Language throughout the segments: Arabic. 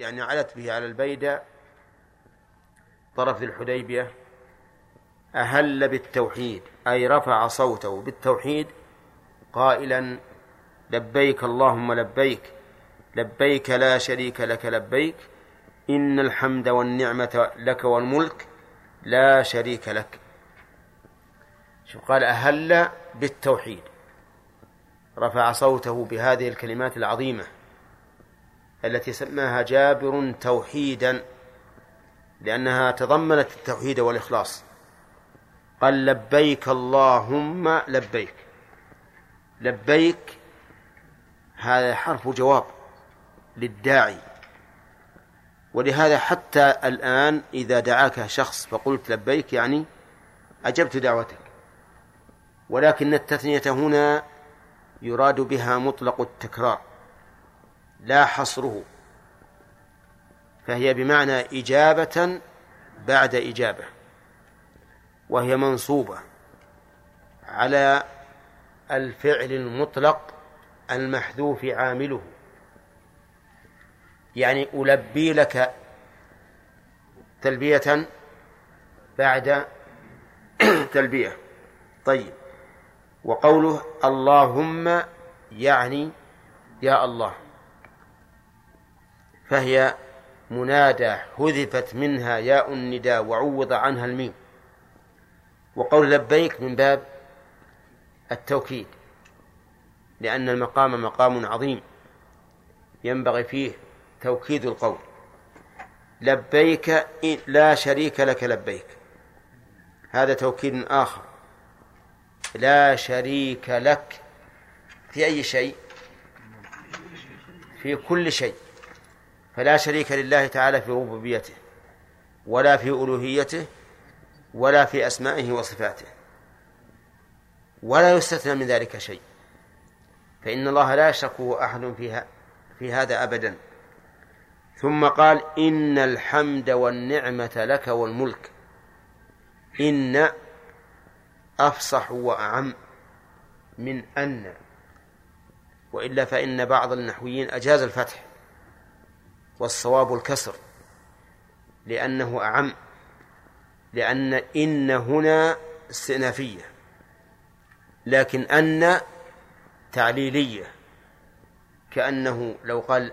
يعني علت به على البيدة طرف الحديبية أهل بالتوحيد، أي رفع صوته بالتوحيد قائلا: لبيك اللهم لبيك، لبيك لا شريك لك لبيك، إن الحمد والنعمة لك والملك لا شريك لك. شو قال؟ أهل بالتوحيد، رفع صوته بهذه الكلمات العظيمة التي سماها جابر توحيدا، لأنها تضمنت التوحيد والإخلاص. قال: لبيك اللهم لبيك. لبيك هذا حرف جواب للداعي، ولهذا حتى الآن إذا دعاك شخص فقلت لبيك يعني أجبت دعوتك، ولكن التثنية هنا يراد بها مطلق التكرار لا حصره، فهي بمعنى إجابة بعد إجابة، وهي منصوبة على الفعل المطلق المحذوف عامله، يعني ألبي لك تلبية بعد تلبية. طيب، وقوله اللهم يعني يا الله، فهي منادى حذفت منها ياء النداء وعوض عنها الميم. وقول لبيك من باب التوكيد، لأن المقام مقام عظيم ينبغي فيه توكيد القول. لبيك لا شريك لك لبيك، هذا توكيد آخر. لا شريك لك في أي شيء؟ في كل شيء، فلا شريك لله تعالى في ربوبيته ولا في ألوهيته ولا في أسمائه وصفاته، ولا يستثنى من ذلك شيء، فإن الله لا يشركه أحد في هذا أبدا. ثم قال: إن الحمد والنعمة لك والملك. إن أفصح وأعم من أن، وإلا فإن بعض النحويين أجاز الفتح والصواب الكسر، لأنه أعم، لأن إن هنا استئنافية، لكن أن تعليلية، كأنه لو قال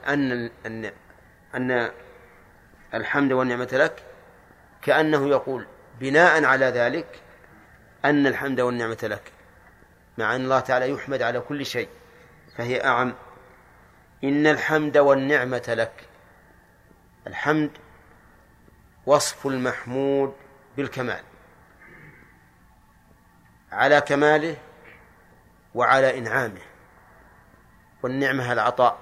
أن الحمد والنعمة لك، كأنه يقول بناء على ذلك أن الحمد والنعمة لك، مع أن الله تعالى يحمد على كل شيء، فهي أعم. إن الحمد والنعمة لك. الحمد وصف المحمود بالكمال، على كماله وعلى إنعامه، والنعمة العطاء،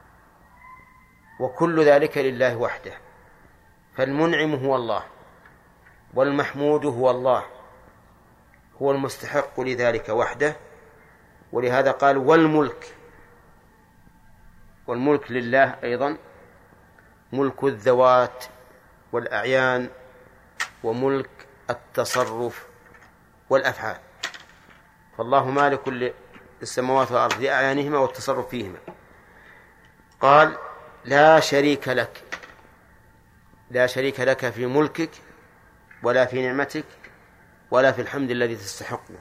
وكل ذلك لله وحده. فالمنعم هو الله، والمحمود هو الله، هو المستحق لذلك وحده. ولهذا قال والملك، والملك لله أيضا، ملك الذوات والأعيان وملك التصرف والأفعال، فالله مالك للسماوات والأرض لأعيانهما والتصرف فيهما. قال لا شريك لك، لا شريك لك في ملكك ولا في نعمتك ولا في الحمد الذي تستحقه.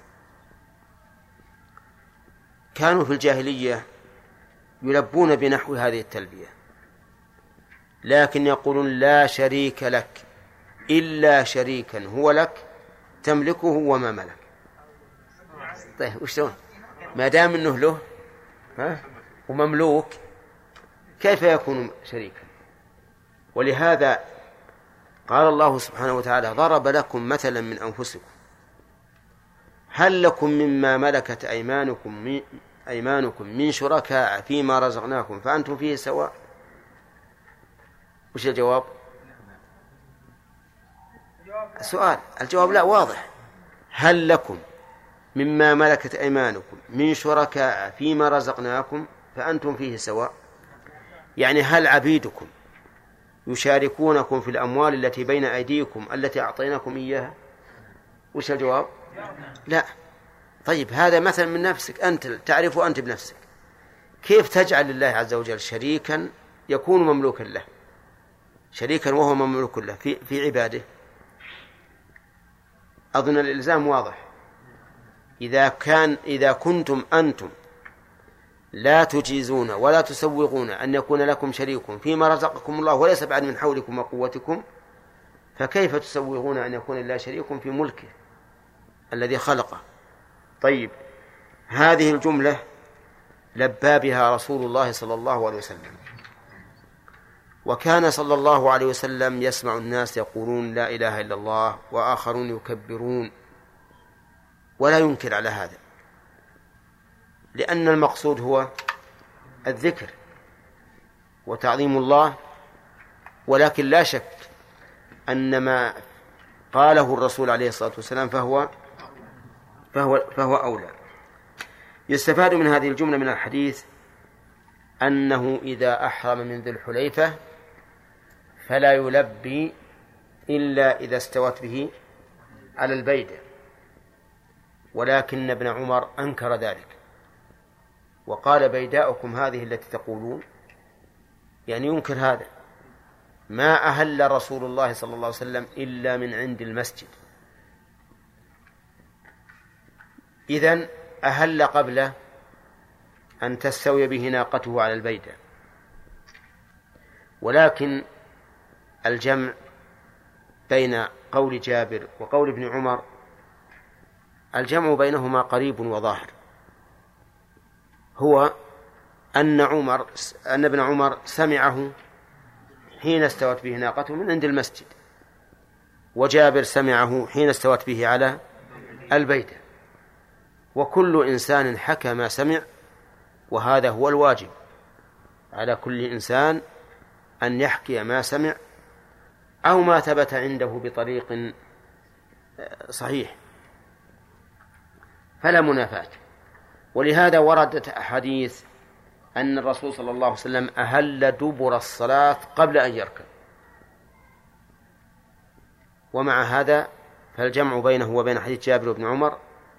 كانوا في الجاهلية يلبون بنحو هذه التلبية، لكن يقولون لا شريك لك إلا شريكا هو لك تملكه وما ملك. طيب وش سوون؟ ما دام انه له ومملوك كيف يكون شريكا؟ ولهذا قال الله سبحانه وتعالى ضرب لكم مثلا من أنفسكم هل لكم مما ملكت أيمانكم من شركاء فيما رزقناكم فأنتم فيه سواء. وش الجواب؟ السؤال الجواب لا واضح. هل لكم مما ملكت أيمانكم من شركاء فيما رزقناكم فأنتم فيه سواء، يعني هل عبيدكم يشاركونكم في الأموال التي بين أيديكم التي أعطيناكم إياها؟ وش الجواب؟ لا. طيب هذا مثل من نفسك، أنت تعرف أنت بنفسك، كيف تجعل لله عز وجل شريكا يكون مملوكا له؟ شريكا وهو مملوك له في عباده، أظن الإلزام واضح. إذا كنتم أنتم لا تجيزون ولا تسوغون أن يكون لكم شريك فيما رزقكم الله وليس بعد من حولكم وقوتكم، فكيف تسوغون أن يكون الله شريك في ملكه الذي خلقه؟ طيب، هذه الجملة لبى بها رسول الله صلى الله عليه وسلم، وكان صلى الله عليه وسلم يسمع الناس يقولون لا إله إلا الله وآخرون يكبرون ولا ينكر على هذا، لأن المقصود هو الذكر وتعظيم الله. ولكن لا شك أن ما قاله الرسول عليه الصلاة والسلام فهو أولى. يستفاد من هذه الجملة من الحديث أنه إذا أحرم من ذي الحليفة فلا يلبي إلا إذا استوت به على البيدة، ولكن ابن عمر أنكر ذلك وقال بيداؤكم هذه التي تقولون، يعني ينكر هذا. ما أهل رسول الله صلى الله عليه وسلم إلا من عند المسجد، إذن أهل قبل أن تستوي به ناقته على البيدة. ولكن الجمع بين قول جابر وقول ابن عمر، الجمع بينهما قريب وظاهر، هو أن ابن عمر سمعه حين استوت به ناقته من عند المسجد، وجابر سمعه حين استوت به على البيدة، وكل إنسان حكى ما سمع، وهذا هو الواجب على كل إنسان أن يحكي ما سمع أو ما ثبت عنده بطريق صحيح، فلا منافاة. ولهذا وردت أحاديث أن الرسول صلى الله عليه وسلم أهل دبر الصلاة قبل أن يركب، ومع هذا فالجمع بينه وبين حديث جابر وابن عمر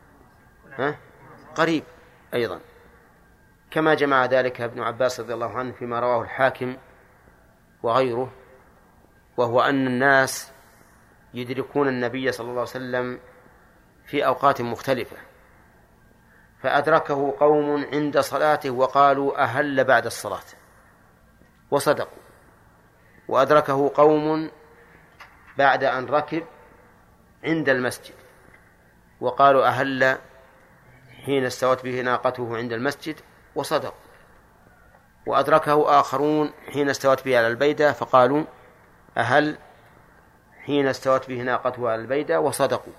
قريب أيضا، كما جمع ذلك ابن عباس رضي الله عنه فيما رواه الحاكم وغيره، وهو أن الناس يدركون النبي صلى الله عليه وسلم في أوقات مختلفة، فأدركه قوم عند صلاته وقالوا أهل بعد الصلاة وصدقوا، وأدركه قوم بعد أن ركب عند المسجد وقالوا أهل حين استوت به ناقته عند المسجد وصدقوا، وأدركه آخرون حين استوت به على البيدة فقالوا أهل حين استوت به ناقته على البيدة وصدقوا.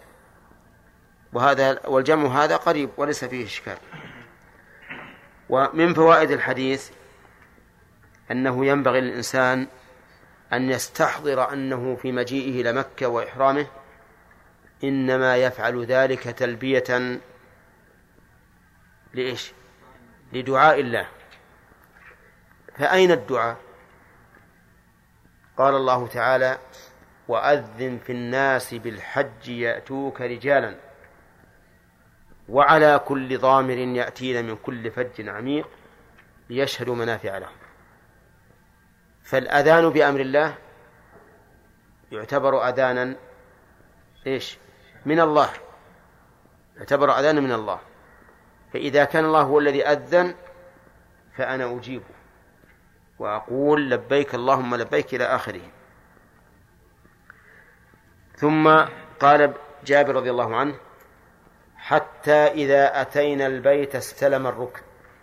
والجمع هذا قريب وليس فيه إشكال. ومن فوائد الحديث أنه ينبغي للإنسان أن يستحضر أنه في مجيئه إلى مكة وإحرامه إنما يفعل ذلك تلبية لإيش؟ لدعاء الله. فأين الدعاء؟ قال الله تعالى وأذن في الناس بالحج يأتوك رجالا وعلى كل ضامر يأتين من كل فج عميق ليشهدوا منافع لهم. فالأذان بأمر الله يعتبر أذانا إيش؟ من الله، يعتبر أذانا من الله. فإذا كان الله هو الذي أذن فأنا أجيبه وأقول لبيك اللهم لبيك إلى آخره. ثم قال جابر رضي الله عنه حتى إذا أتينا البيت استلم الركن.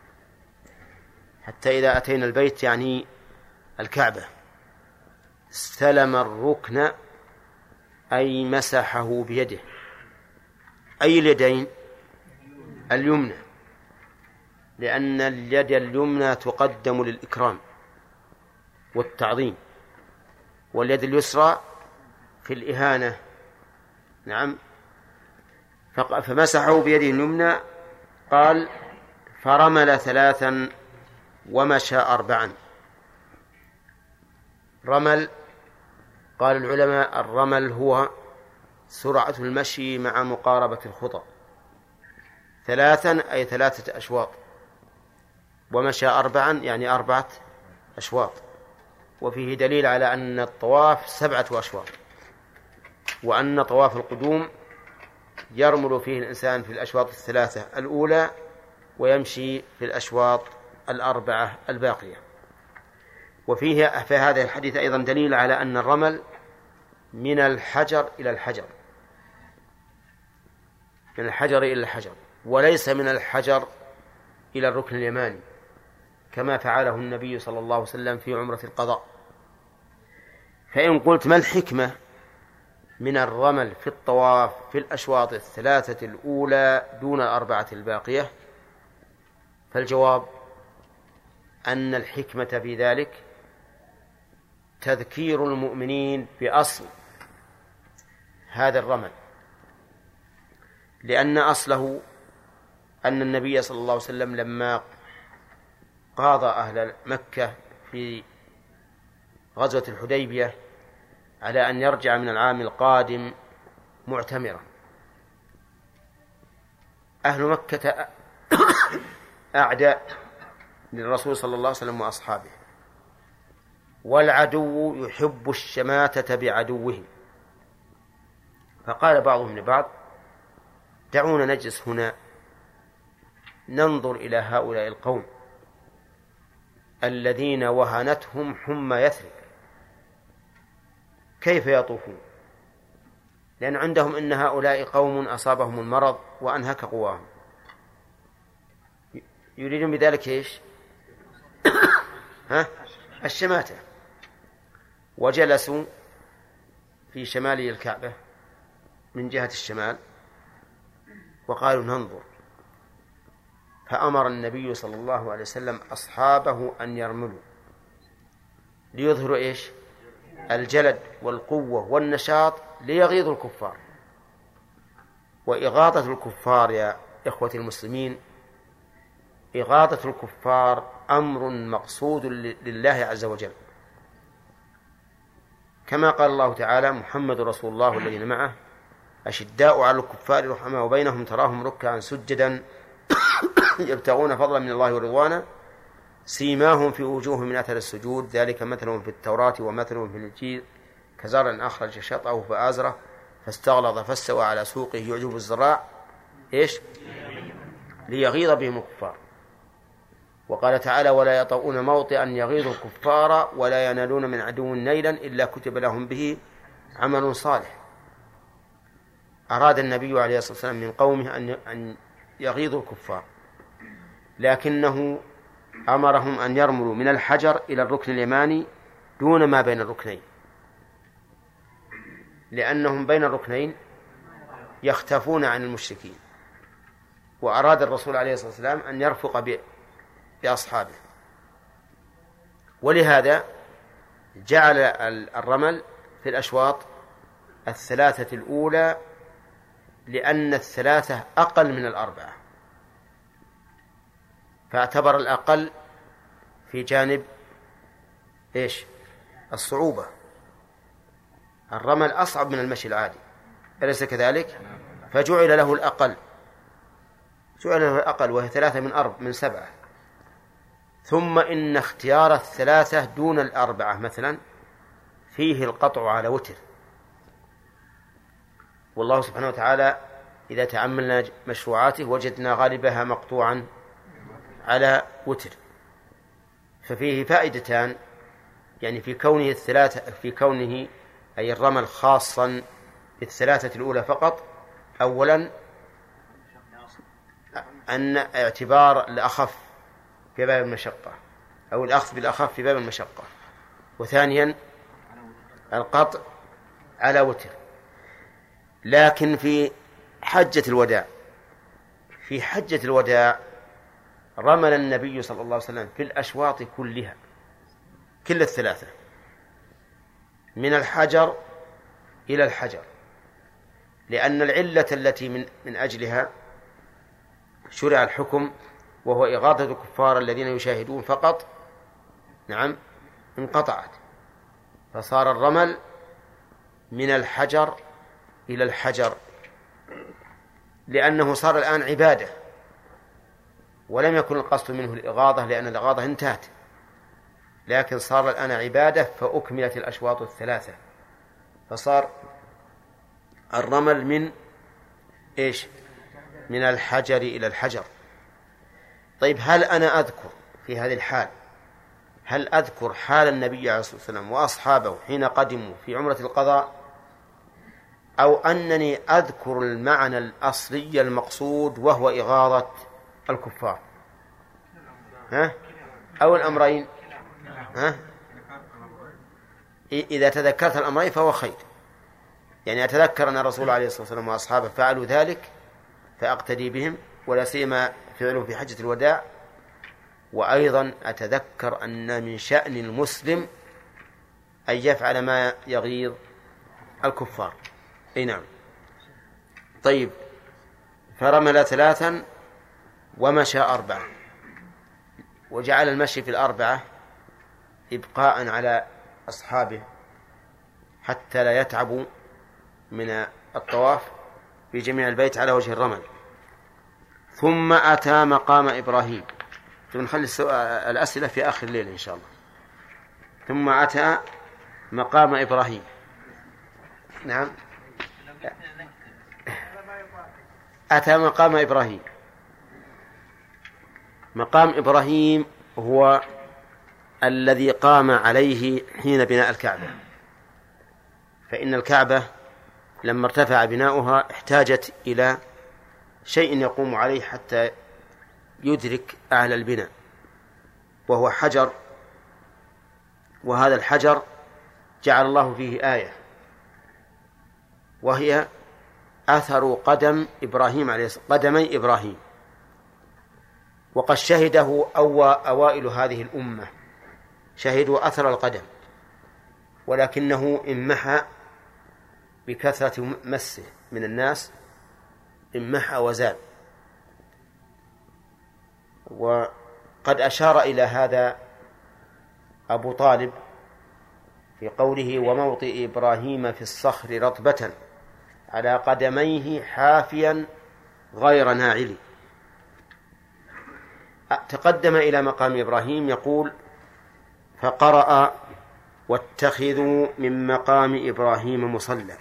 حتى إذا أتينا البيت يعني الكعبة، استلم الركن أي مسحه بيده. أي اليدين؟ اليمنى، لأن اليد اليمنى تقدم للإكرام والتعظيم، واليد اليسرى في الإهانة. نعم. فمسحه بيده اليمنى. قال فرمل 3 ومشى 4. رمل، قال العلماء الرمل هو سرعة المشي مع مقاربة الخطى. 3 أي 3 أشواط، ومشى 4 يعني 4 أشواط. وفيه دليل على أن الطواف 7 أشواط، وأن طواف القدوم يرمل فيه الإنسان في الأشواط 3 الأولى ويمشي في الأشواط 4 الباقية. وفيه في هذا الحديث أيضا دليل على أن الرمل من الحجر إلى الحجر، من الحجر إلى الحجر، وليس من الحجر إلى الركن اليماني كما فعله النبي صلى الله عليه وسلم في عمرة القضاء. فإن قلت ما الحكمة من الرمل في الطواف في الأشواط 3 الأولى دون 4 الباقية، فالجواب أن الحكمة في ذلك تذكير المؤمنين بأصل هذا الرمل، لأن أصله أن النبي صلى الله عليه وسلم لما قاضى أهل مكة في غزوة الحديبية على أن يرجع من العام القادم معتمرا، أهل مكة أعداء للرسول صلى الله عليه وسلم وأصحابه، والعدو يحب الشماتة بعدوهم، فقال بعضهم لبعض دعونا نجلس هنا ننظر إلى هؤلاء القوم الذين وهنتهم حمى يثرب كيف يطوفون، لأن عندهم إن هؤلاء قوم أصابهم المرض وأنهك قواهم، يريدون بذلك إيش؟ الشماتة. وجلسوا في شمال الكعبة من جهة الشمال وقالوا ننظر، فأمر النبي صلى الله عليه وسلم أصحابه أن يرملوا ليظهروا إيش؟ الجلد والقوة والنشاط ليغيظوا الكفار. وإغاظة الكفار يا إخوة المسلمين، إغاظة الكفار أمر مقصود لله عز وجل، كما قال الله تعالى محمد رسول الله والذين معه أشداء على الكفار رحماء بينهم تراهم ركعا سجدا يبتغون فضلا من الله ورضوانا سيماهم في وجوههم من أثر السجود ذلك مثلهم في التوراة ومثلهم في الإنجيل كزرع أخرج شطأه فآزره فاستغلظ فاستوى على سوقه يعجب الزراع إيش؟ ليغيظ بهم الكفار. وقال تعالى ولا يطؤون موطئا يغيظ الكفار ولا ينالون من عدو نيلا إلا كتب لهم به عمل صالح. أراد النبي عليه الصلاة والسلام من قومه أن يغيظوا الكفار، لكنه أمرهم أن يرملوا من الحجر إلى الركن اليماني دون ما بين الركنين، لأنهم بين الركنين يختفون عن المشركين، وأراد الرسول عليه الصلاة والسلام أن يرفق بأصحابه، ولهذا جعل الرمل في الأشواط 3 الأولى، لأن 3 أقل من 4، فاعتبر الأقل في جانب إيش؟ الصعوبة. الرمل أصعب من المشي العادي أليس كذلك؟ فجعل له الأقل، جعل له الأقل وهي 3 من 7. ثم إن اختيار 3 دون 4 مثلا فيه القطع على وتر، والله سبحانه وتعالى إذا تأملنا مشروعاته وجدنا غالبها مقطوعا على وتر، ففيه فائدتان، يعني في كونه في كونه أي الرمل خاصا ب3 الأولى فقط. أولا أن اعتبار الأخف في باب المشقة أو الأخذ بالأخف في باب المشقة، وثانيا القطع على وتر. لكن في حجة الوداع رمل النبي صلى الله عليه وسلم في الأشواط كلها كل 3 من الحجر إلى الحجر، لأن العلة التي من أجلها شرع الحكم وهو إغاظة الكفار الذين يشاهدون فقط انقطعت، فصار الرمل من الحجر إلى الحجر، لأنه صار الآن عبادة ولم يكن القصد منه الإغاظة، لأن الإغاظة انتهت، لكن صار الآن عبادة فأكملت الأشواط الثلاثة، فصار الرمل من إيش؟ من الحجر إلى الحجر. طيب هل أنا أذكر في هذه الحال، هل أذكر حال النبي عليه الصلاة والسلام وأصحابه حين قدموا في عمرة القضاء، أو أنني أذكر المعنى الأصلي المقصود وهو إغاظة الكفار؟ أو الأمرين؟ إذا تذكرت الأمرين فهو خير، يعني أتذكر أن الرسول عليه الصلاة والسلام وأصحابه فعلوا ذلك فأقتدي بهم، ولا سيما فعلوا في حجة الوداع. وأيضا أتذكر أن من شأن المسلم أن يفعل ما يغيظ الكفار. أي نعم. طيب، فرمل 3 ومشى 4، وجعل المشي في 4 إبقاء على أصحابه حتى لا يتعبوا من الطواف في جميع البيت على وجه الرمل. ثم أتى مقام إبراهيم. نخلي الأسئلة في آخر الليل إن شاء الله. ثم أتى مقام إبراهيم. نعم، أتى مقام إبراهيم. مقام إبراهيم هو الذي قام عليه حين بناء الكعبة، فإن الكعبة لما ارتفع بناؤها احتاجت إلى شيء يقوم عليه حتى يدرك أعلى البناء، وهو حجر، وهذا الحجر جعل الله فيه آية، وهي أثر قدم إبراهيم عليه السلام، قدمي إبراهيم. وقد شهده أوائل هذه الأمة، شهدوا أثر القدم، ولكنه انمحى بكثرة مسه من الناس، انمحى وزال. وقد أشار إلى هذا أبو طالب في قوله: وموطئ إبراهيم في الصخر رطبة على قدميه حافيا غير ناعل. تقدم إلى مقام إبراهيم يقول: فقرأ: واتخذوا من مقام إبراهيم مصلى.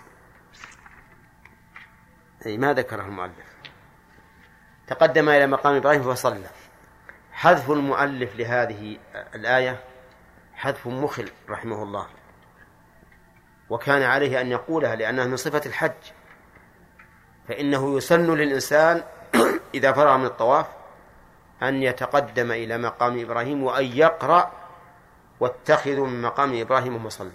أي ما ذكره المؤلف. تقدم إلى مقام إبراهيم فصلى. حذف المؤلف لهذه الآية حذف مخل رحمه الله، وكان عليه أن يقولها لأنها من صفة الحج، فإنه يسن للإنسان إذا فرغ من الطواف أن يتقدم إلى مقام إبراهيم وأن يقرأ: واتخذوا من مقام إبراهيم مصلى.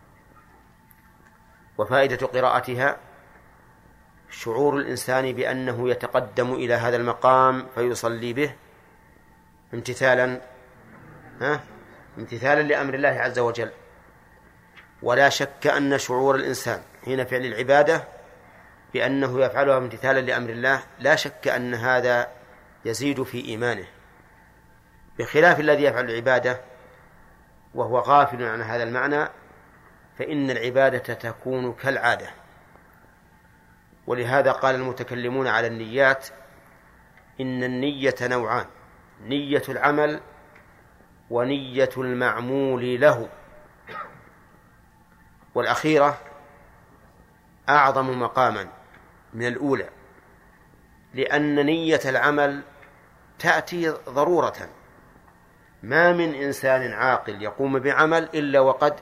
وفائدة قراءتها شعور الإنسان بأنه يتقدم إلى هذا المقام فيصلي به امتثالا لأمر الله عز وجل. ولا شك أن شعور الإنسان حين فعل العبادة بأنه يفعلها امتثالا لأمر الله، لا شك أن هذا يزيد في إيمانه، بخلاف الذي يفعل العبادة وهو غافل عن هذا المعنى، فإن العبادة تكون كالعادة. ولهذا قال المتكلمون على النيات: إن النية نوعان، نية العمل ونية المعمول له، والأخيرة أعظم مقاما من الأولى، لأن نية العمل تأتي ضرورة. ما من إنسان عاقل يقوم بعمل إلا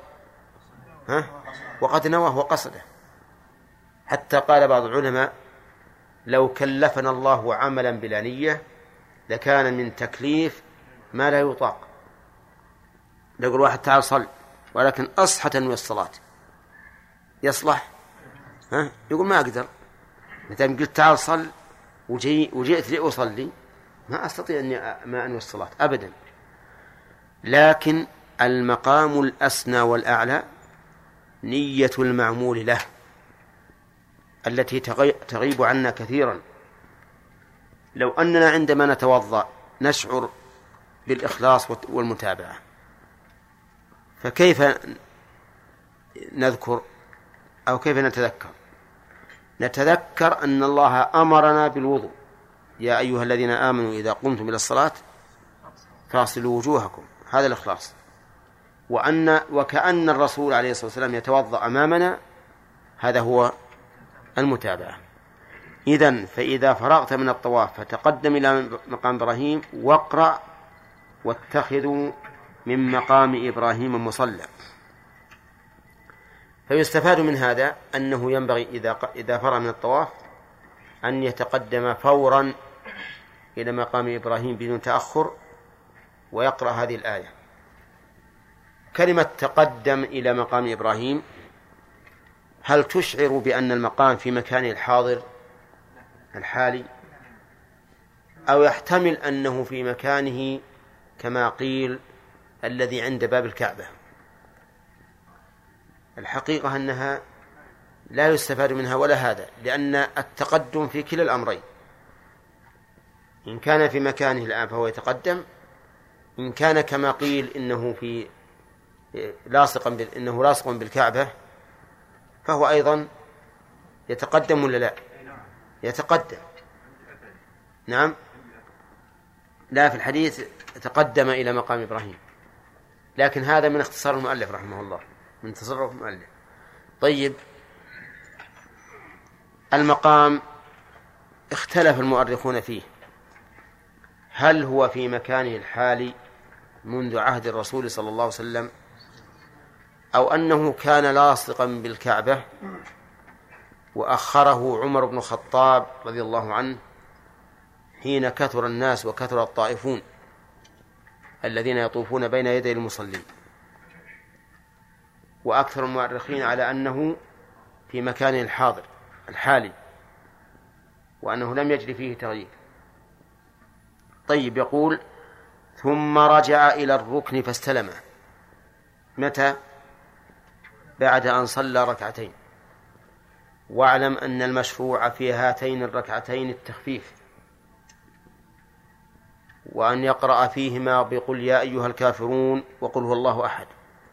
وقد نواه وقصده. حتى قال بعض العلماء: لو كلفنا الله عملا بلا نية لكان من تكليف ما لا يطاق. يقول واحد: تعال صل، ولكن أصحى تنوي الصلاة، يصلح؟ يقول: ما أقدر، متى قلت تعال صل وجئت لأصلي ما أستطيع أني ما أنوي الصلاة أبدا. لكن المقام الأسنى والأعلى نية المعمول له، التي تغيب عنا كثيرا. لو أننا عندما نتوضأ نشعر بالإخلاص والمتابعة، فكيف نذكر أو كيف نتذكر؟ نتذكر أن الله أمرنا بالوضوء: يا أيها الذين آمنوا إذا قمتم إلى الصلاة فاغسلوا وجوهكم. هذا الإخلاص. وكأن الرسول عليه الصلاة والسلام يتوضأ أمامنا، هذا هو المتابعة. إذن فإذا فرغت من الطواف فتقدم إلى مقام إبراهيم واقرأ واتخذوا من مقام إبراهيم مصلى. فيستفاد من هذا أنه ينبغي إذا فرغ من الطواف أن يتقدم فورا إلى مقام إبراهيم بدون تأخر ويقرأ هذه الآية. كلمة تقدم إلى مقام إبراهيم هل تشعر بأن المقام في مكانه الحاضر الحالي، أو يحتمل أنه في مكانه كما قيل الذي عند باب الكعبة؟ الحقيقة أنها لا يستفاد منها ولا هذا، لأن التقدم في كلا الأمرين، إن كان في مكانه الآن فهو يتقدم، إن كان كما قيل إنه لاصق بالكعبة فهو أيضا يتقدم ولا لا؟ يتقدم. نعم، لا، في الحديث تقدم إلى مقام إبراهيم، لكن هذا من اختصار المؤلف رحمه الله، من تصرف المؤلف. طيب، المقام اختلف المؤرخون فيه، هل هو في مكانه الحالي منذ عهد الرسول صلى الله عليه وسلم، أو أنه كان لاصقا بالكعبة وأخره عمر بن الخطاب رضي الله عنه حين كثر الناس وكثر الطائفون الذين يطوفون بين يدي المصلين. وأكثر المؤرخين على أنه في مكانه الحاضر الحالي، وأنه لم يجري فيه تغيير. طيب، يقول ثم رجع إلى الركن فاستلمه. متى؟ بعد أن صلى ركعتين. واعلم أن المشروع في هاتين الركعتين التخفيف، وأن يقرأ فيهما بقل يا أيها الكافرون وقل هو الله أحد،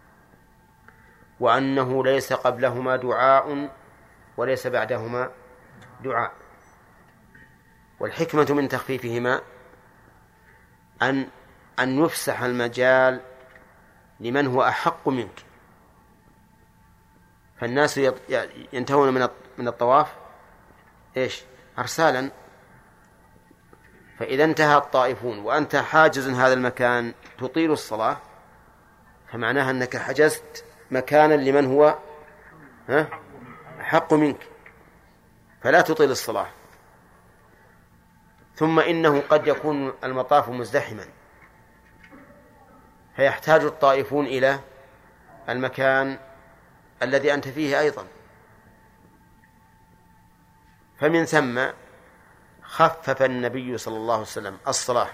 وأنه ليس قبلهما دعاء وليس بعدهما دعاء. والحكمة من تخفيفهما أن يفسح المجال لمن هو أحق منك. فالناس ينتهون من الطواف أرسالا، فإذا انتهى الطائفون وأنت حاجز هذا المكان تطيل الصلاة، فمعناها أنك حجزت مكانا لمن هو أحق منك، فلا تطيل الصلاة. ثم إنه قد يكون المطاف مزدحما، فيحتاج الطائفون إلى المكان الذي أنت فيه أيضا. فمن ثم خفف النبي صلى الله عليه وسلم الصلاة،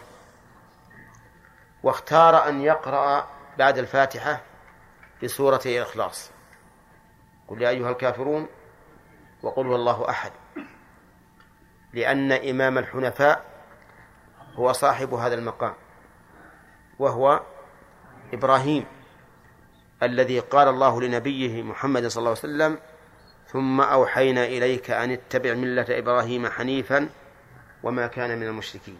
واختار أن يقرأ بعد الفاتحة بسورة الإخلاص، قل يا أيها الكافرون وقل هو الله أحد، لأن إمام الحنفاء هو صاحب هذا المقام، وهو إبراهيم الذي قال الله لنبيه محمد صلى الله عليه وسلم ثم أوحينا إليك أن اتبع ملة إبراهيم حنيفا وما كان من المشركين.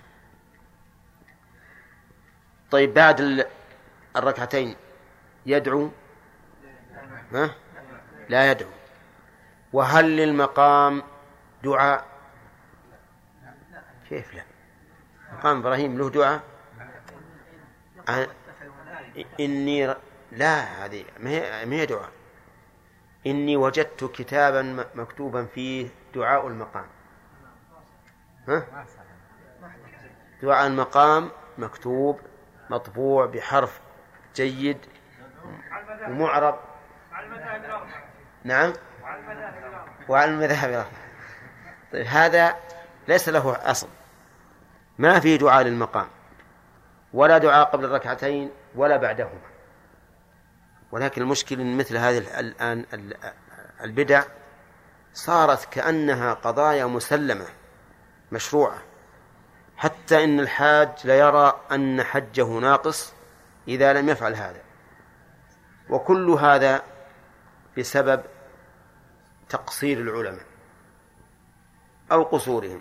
طيب، بعد الركعتين يدعو؟ لا يدعو. وهل للمقام دعاء؟ كيف لا؟ مقام إبراهيم له دعاء؟ لا، هذه ما هي دعاء. إني وجدت كتابا مكتوبا فيه دعاء المقام. دعاء المقام مكتوب مطبوع بحرف جيد ومعرب. نعم، وعلى المذاهب الأربعة. طيب، هذا ليس له أصل، ما في دعاء للمقام ولا دعاء قبل الركعتين ولا بعدهما. ولكن المشكلة أن مثل هذه الآن البدع صارت كأنها قضايا مسلمة مشروعة، حتى إن الحاج لا يرى أن حجه ناقص إذا لم يفعل هذا. وكل هذا بسبب تقصير العلماء أو قصورهم،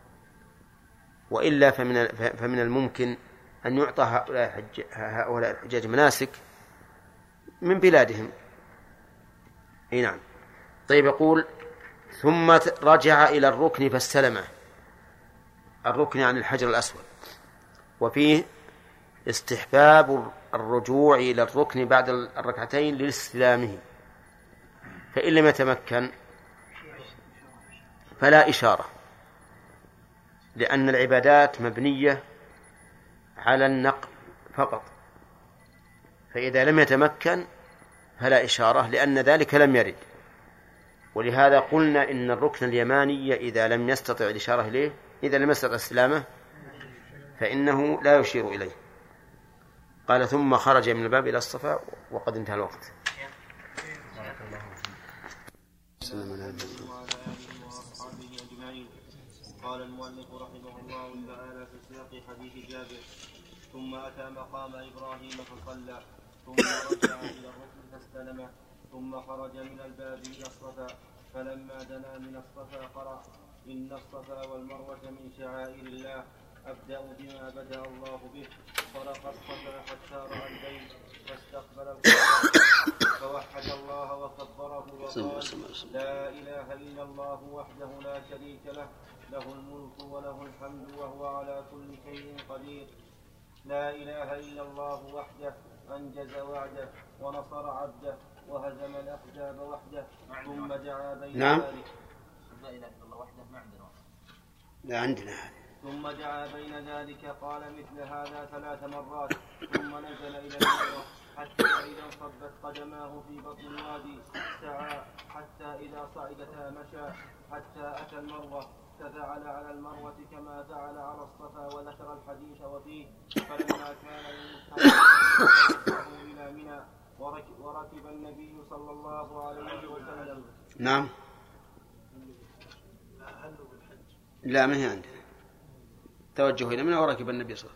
وإلا فمن الممكن أن يعطى هؤلاء الحجاج مناسك من بلادهم. اي نعم. طيب، يقول ثم رجع إلى الركن فاستلمه. الركن يعني الحجر الأسود، وفيه استحباب الرجوع إلى الركن بعد الركعتين لاستلامه، فإن لم يتمكن فلا إشارة، لأن العبادات مبنية على النقل فقط، فإذا لم يتمكن فلا إشارة، لأن ذلك لم يرد. ولهذا قلنا إن الركن اليماني إذا لم يستطع الإشارة إليه، إذا لم يستطع استلامه، فإنه لا يشير إليه. قال ثم خرج من الباب إلى الصفا وقد انتهى الوقت. قال المؤلف رحمه الله تعالى في سياق حديث جابر: ثم أتى مقام إبراهيم فصلى، ثم رجع إلى الركن فاستلمه، ثم خرج من الباب إلى الصفا، فلما دنا من الصفا قرأ: إن الصفا والمروة من شعائر الله، أبدأ بما بدأ الله به. فرق الصفا حتى رأى البيت فاستقبل القبلة، فوحد الله وكبره وقال: لا إله إلا الله وحده لا شريك له، له الملك وله الحمد وهو على كل شيء قدير. لا إله إلا الله وحده أنجز وعده ونصر عبده وهزم الأحزاب وحده. ثم دعا بين ذلك. لا إله إلا الله وحده ما عندنا. لا عندنا. ثم دعا بين ذلك قال مثل هذا 3 مرات، ثم نزل إلى المروة حتى إذا انصبت قدماه في بطن الوادي سعى، حتى إذا صعدتا مشى، حتى أتى المروة ففعل على المروة كما فعل على الصفا، وذكر الحديث وفيه: فلما كان إلى منى وركب النبي صلى الله عليه وسلم. نعم. لا، ما هي عندنا. توجه إلى منى وركب النبي صلى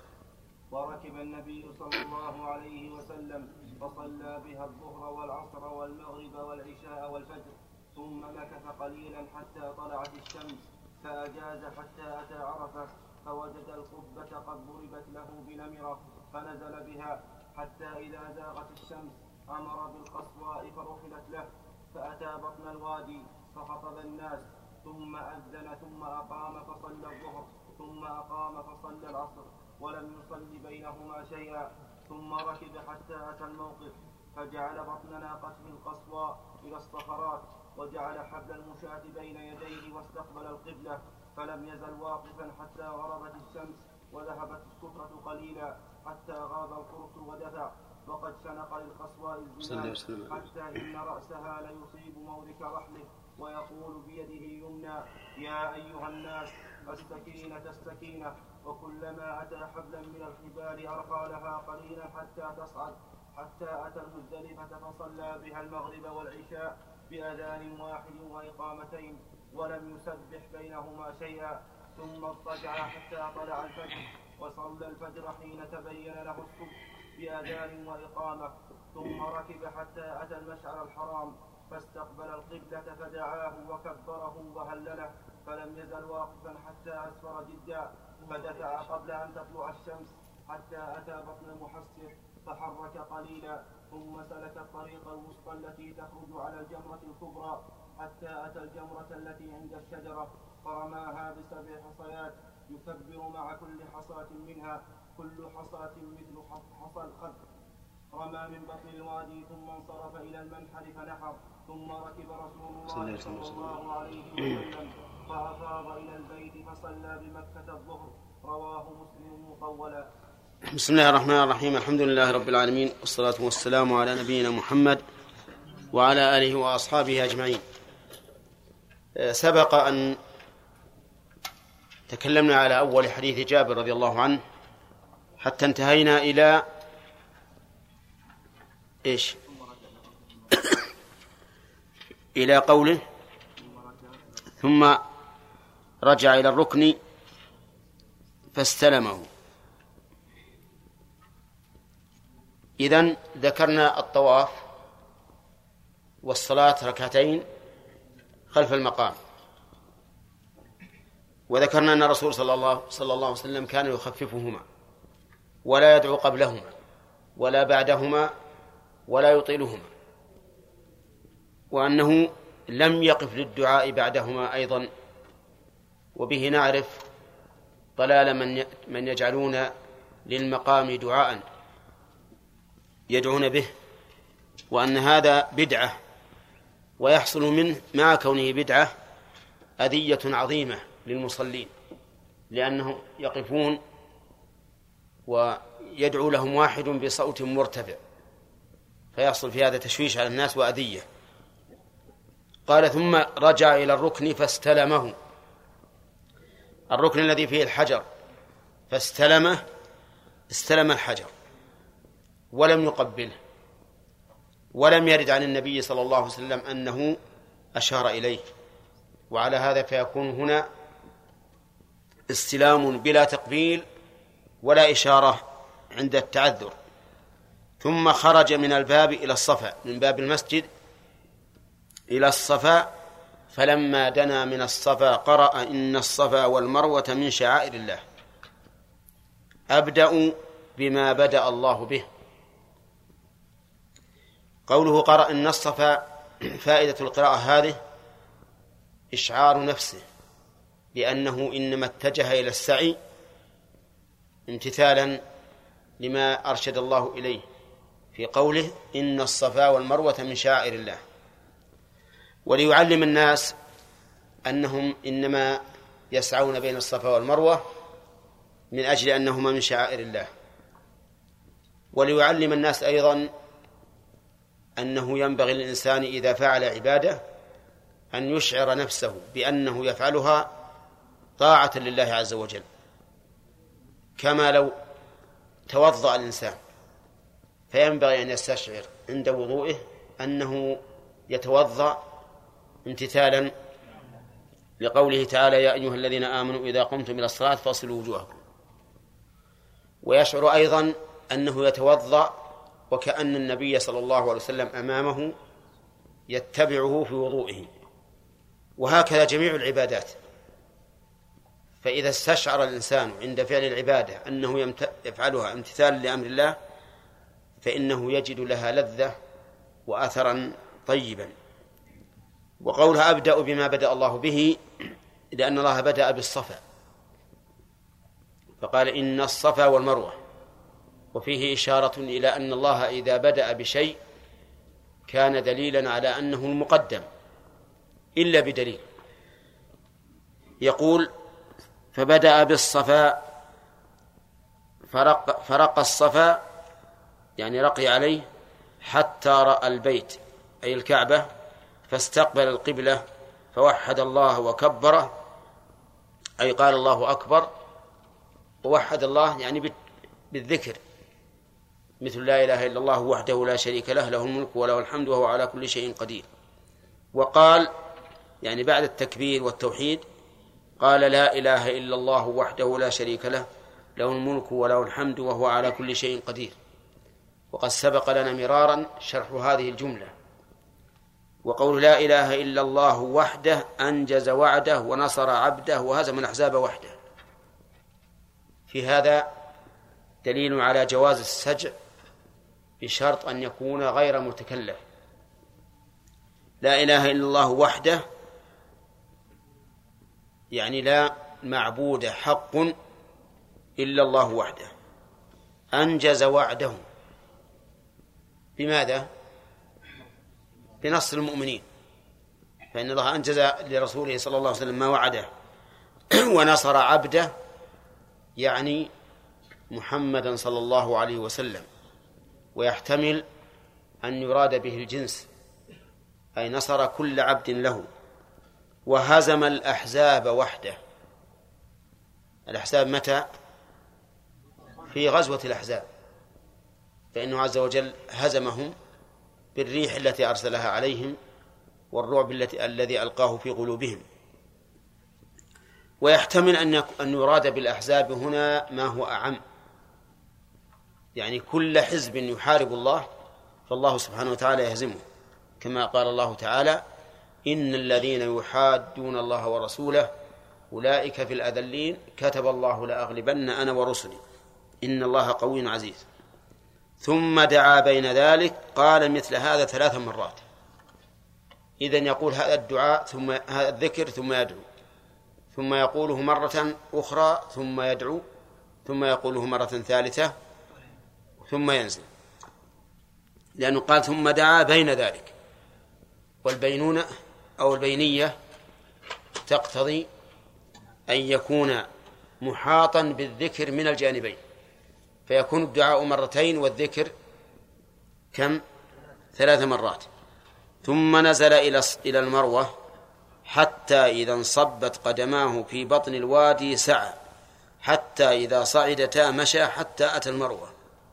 الله عليه وسلم فصلى بها الظهر والعصر والمغرب والعشاء والفجر، ثم مكث قليلا حتى طلعت الشمس، فأجاز حتى أتى عرفة، فوجد القبة قد ضربت له بنمرة، فنزل بها حتى إذا زاغت الشمس أمر بالقصواء فرحلت له، فأتى بطن الوادي فخطب الناس، ثم أذن، ثم أقام فصلى الظهر، ثم أقام فصلى العصر، ولم يصل بينهما شيئا، ثم ركب حتى أتى الموقف، فجعل بطن ناقته القصوى إلى الصخرات، وجعل حبل المشاة بين يديه واستقبل القبلة، فلم يزل واقفا حتى غربت الشمس وذهبت السفرة قليلا، حتى غاب القرص ودفع، وقد شنق للقصواء الزمان، حتى إن رأسها ليصيب مورك رحله، ويقول بيده يمنى: يا أيها الناس، السكينة السكينة. وكلما أتى حبلا من الحبال أرخى لها قليلا حتى تصعد، حتى أتى المزدلفة فصلى بها المغرب والعشاء بأذان واحد وإقامتين، ولم يسبح بينهما شيئا، ثم اضطجع حتى طلع الفجر، وصلى الفجر حين تبين له الصبح بأذان وإقامة، ثم ركب حتى أتى المشعر الحرام، فاستقبل القبلة فدعاه وكبره وهلله، فلم يزل واقفا حتى أسفر جدا، فدفع قبل أن تطلع الشمس، حتى أتى بطن المحسر فحرك قليلا، ثم سلك الطريق الوسطى التي تخرج على الجمرة الكبرى، حتى أتى الجمرة التي عند الشجرة، فرماها ب7 حصيات، يكبر مع كل حصاة منها، كل حصاة مثل حصى الخد. رمى من بطن الوادي، ثم انصرف إلى المنحر فنحر، ثم ركب رسول الله صلى الله عليه وسلم فأفاض إلى البيت فصلى بمكة الظهر. رواه مسلم مطولا. بسم الله الرحمن الرحيم. الحمد لله رب العالمين، والصلاة والسلام على نبينا محمد وعلى آله وأصحابه أجمعين. سبق أن تكلمنا على أول حديث جابر رضي الله عنه حتى انتهينا إلى إيش؟ إلى قوله: ثم رجع إلى الركن فاستلمه. إذن ذكرنا الطواف والصلاة 2 خلف المقام، وذكرنا أن الرسول صلى الله عليه وسلم كان يخففهما ولا يدعو قبلهما ولا بعدهما ولا يطيلهما، وأنه لم يقف للدعاء بعدهما أيضا. وبه نعرف ضلال من يجعلون للمقام دعاء يدعون به، وأن هذا بدعة، ويحصل منه مع كونه بدعة أذية عظيمة للمصلين، لأنهم يقفون ويدعو لهم واحد بصوت مرتفع، فيحصل في هذا تشويش على الناس وأذية. قال ثم رجع إلى الركن فاستلمه، الركن الذي فيه الحجر، فاستلمه، استلم الحجر ولم يقبله، ولم يرد عن النبي صلى الله عليه وسلم أنه أشار إليه، وعلى هذا فيكون هنا استلام بلا تقبيل ولا إشارة عند التعذر. ثم خرج من الباب إلى الصفا، من باب المسجد إلى الصفا، فلما دنا من الصفا قرأ إن الصفا والمروة من شعائر الله. أبدأ بما بدأ الله به. قوله قرأ إن الصفا، فائدة القراءة هذه إشعار نفسه بأنه إنما اتجه إلى السعي امتثالا لما أرشد الله إليه في قوله إن الصفا والمروة من شعائر الله، وليعلم الناس أنهم إنما يسعون بين الصفا والمروة من أجل أنهما من شعائر الله، وليعلم الناس أيضا أنه ينبغي للإنسان إذا فعل عبادة أن يشعر نفسه بأنه يفعلها طاعة لله عز وجل، كما لو توضأ الإنسان فينبغي أن يستشعر عند وضوئه أنه يتوضأ امتثالا لقوله تعالى يا أيها الذين آمنوا إذا قمتم إلى الصلاة فاغسلوا وجوهكم، ويشعر أيضا أنه يتوضأ وكأن النبي صلى الله عليه وسلم أمامه يتبعه في وضوئه. وهكذا جميع العبادات، فإذا استشعر الإنسان عند فعل العبادة أنه يفعلها امتثالا لأمر الله فإنه يجد لها لذة وأثرا طيبا. وقولها أبدأ بما بدأ الله به لأن الله بدأ بالصفا، فقال إن الصفا والمروة، وفيه إشارة إلى أن الله إذا بدأ بشيء كان دليلا على أنه المقدم إلا بدليل. يقول فبدأ بالصفا فرق الصفا، يعني رقي عليه حتى رأى البيت أي الكعبة، فاستقبل القبلة فوحد الله وكبره، أي قال الله أكبر، ووحد الله يعني بالذكر، مثل لا إله إلا الله وحده لا شريك له له الملك وله الحمد وهو على كل شيء قدير. وقال يعني بعد التكبير والتوحيد قال لا إله إلا الله وحده لا شريك له له الملك وله الحمد وهو على كل شيء قدير. وقد سبق لنا مرارا شرح هذه الجملة. وقول لا إله إلا الله وحده أنجز وعده ونصر عبده وهزم الأحزاب وحده، في هذا دليل على جواز السجع بشرط أن يكون غير متكلف. لا إله إلا الله وحده يعني لا معبود حق إلا الله وحده، أنجز وعده بماذا؟ بنصر المؤمنين، فإن الله أنجز لرسوله صلى الله عليه وسلم ما وعده، ونصر عبده يعني محمدا صلى الله عليه وسلم. ويحتمل أن يراد به الجنس، أي نصر كل عبد له. وهزم الأحزاب وحده. الأحزاب متى؟ في غزوة الأحزاب، فإنه عز وجل هزمهم بالريح التي أرسلها عليهم والرعب الذي ألقاه في قلوبهم. ويحتمل أن يراد بالأحزاب هنا ما هو أعم، يعني كل حزب يحارب الله فالله سبحانه وتعالى يهزمه، كما قال الله تعالى إن الذين يحادون الله ورسوله أولئك في الأذلين كتب الله لأغلبن أنا ورسلي إن الله قوي عزيز. ثم دعا بين ذلك قال مثل هذا 3 مرات. إذن يقول هذا الدعاء ثم هذا الذكر ثم يدعو، ثم يقوله مرة أخرى ثم يدعو، ثم يقوله مرة ثالثة ثم ينزل، لأنه قال ثم دعا بين ذلك. والبينونة أو البينية تقتضي أن يكون محاطا بالذكر من الجانبين، فيكون الدعاء مرتين والذكر كم؟ 3 مرات. ثم نزل إلى المروة حتى إذا انصبت قدماه في بطن الوادي سعى، حتى إذا صعدتا مشى حتى أتى المروة.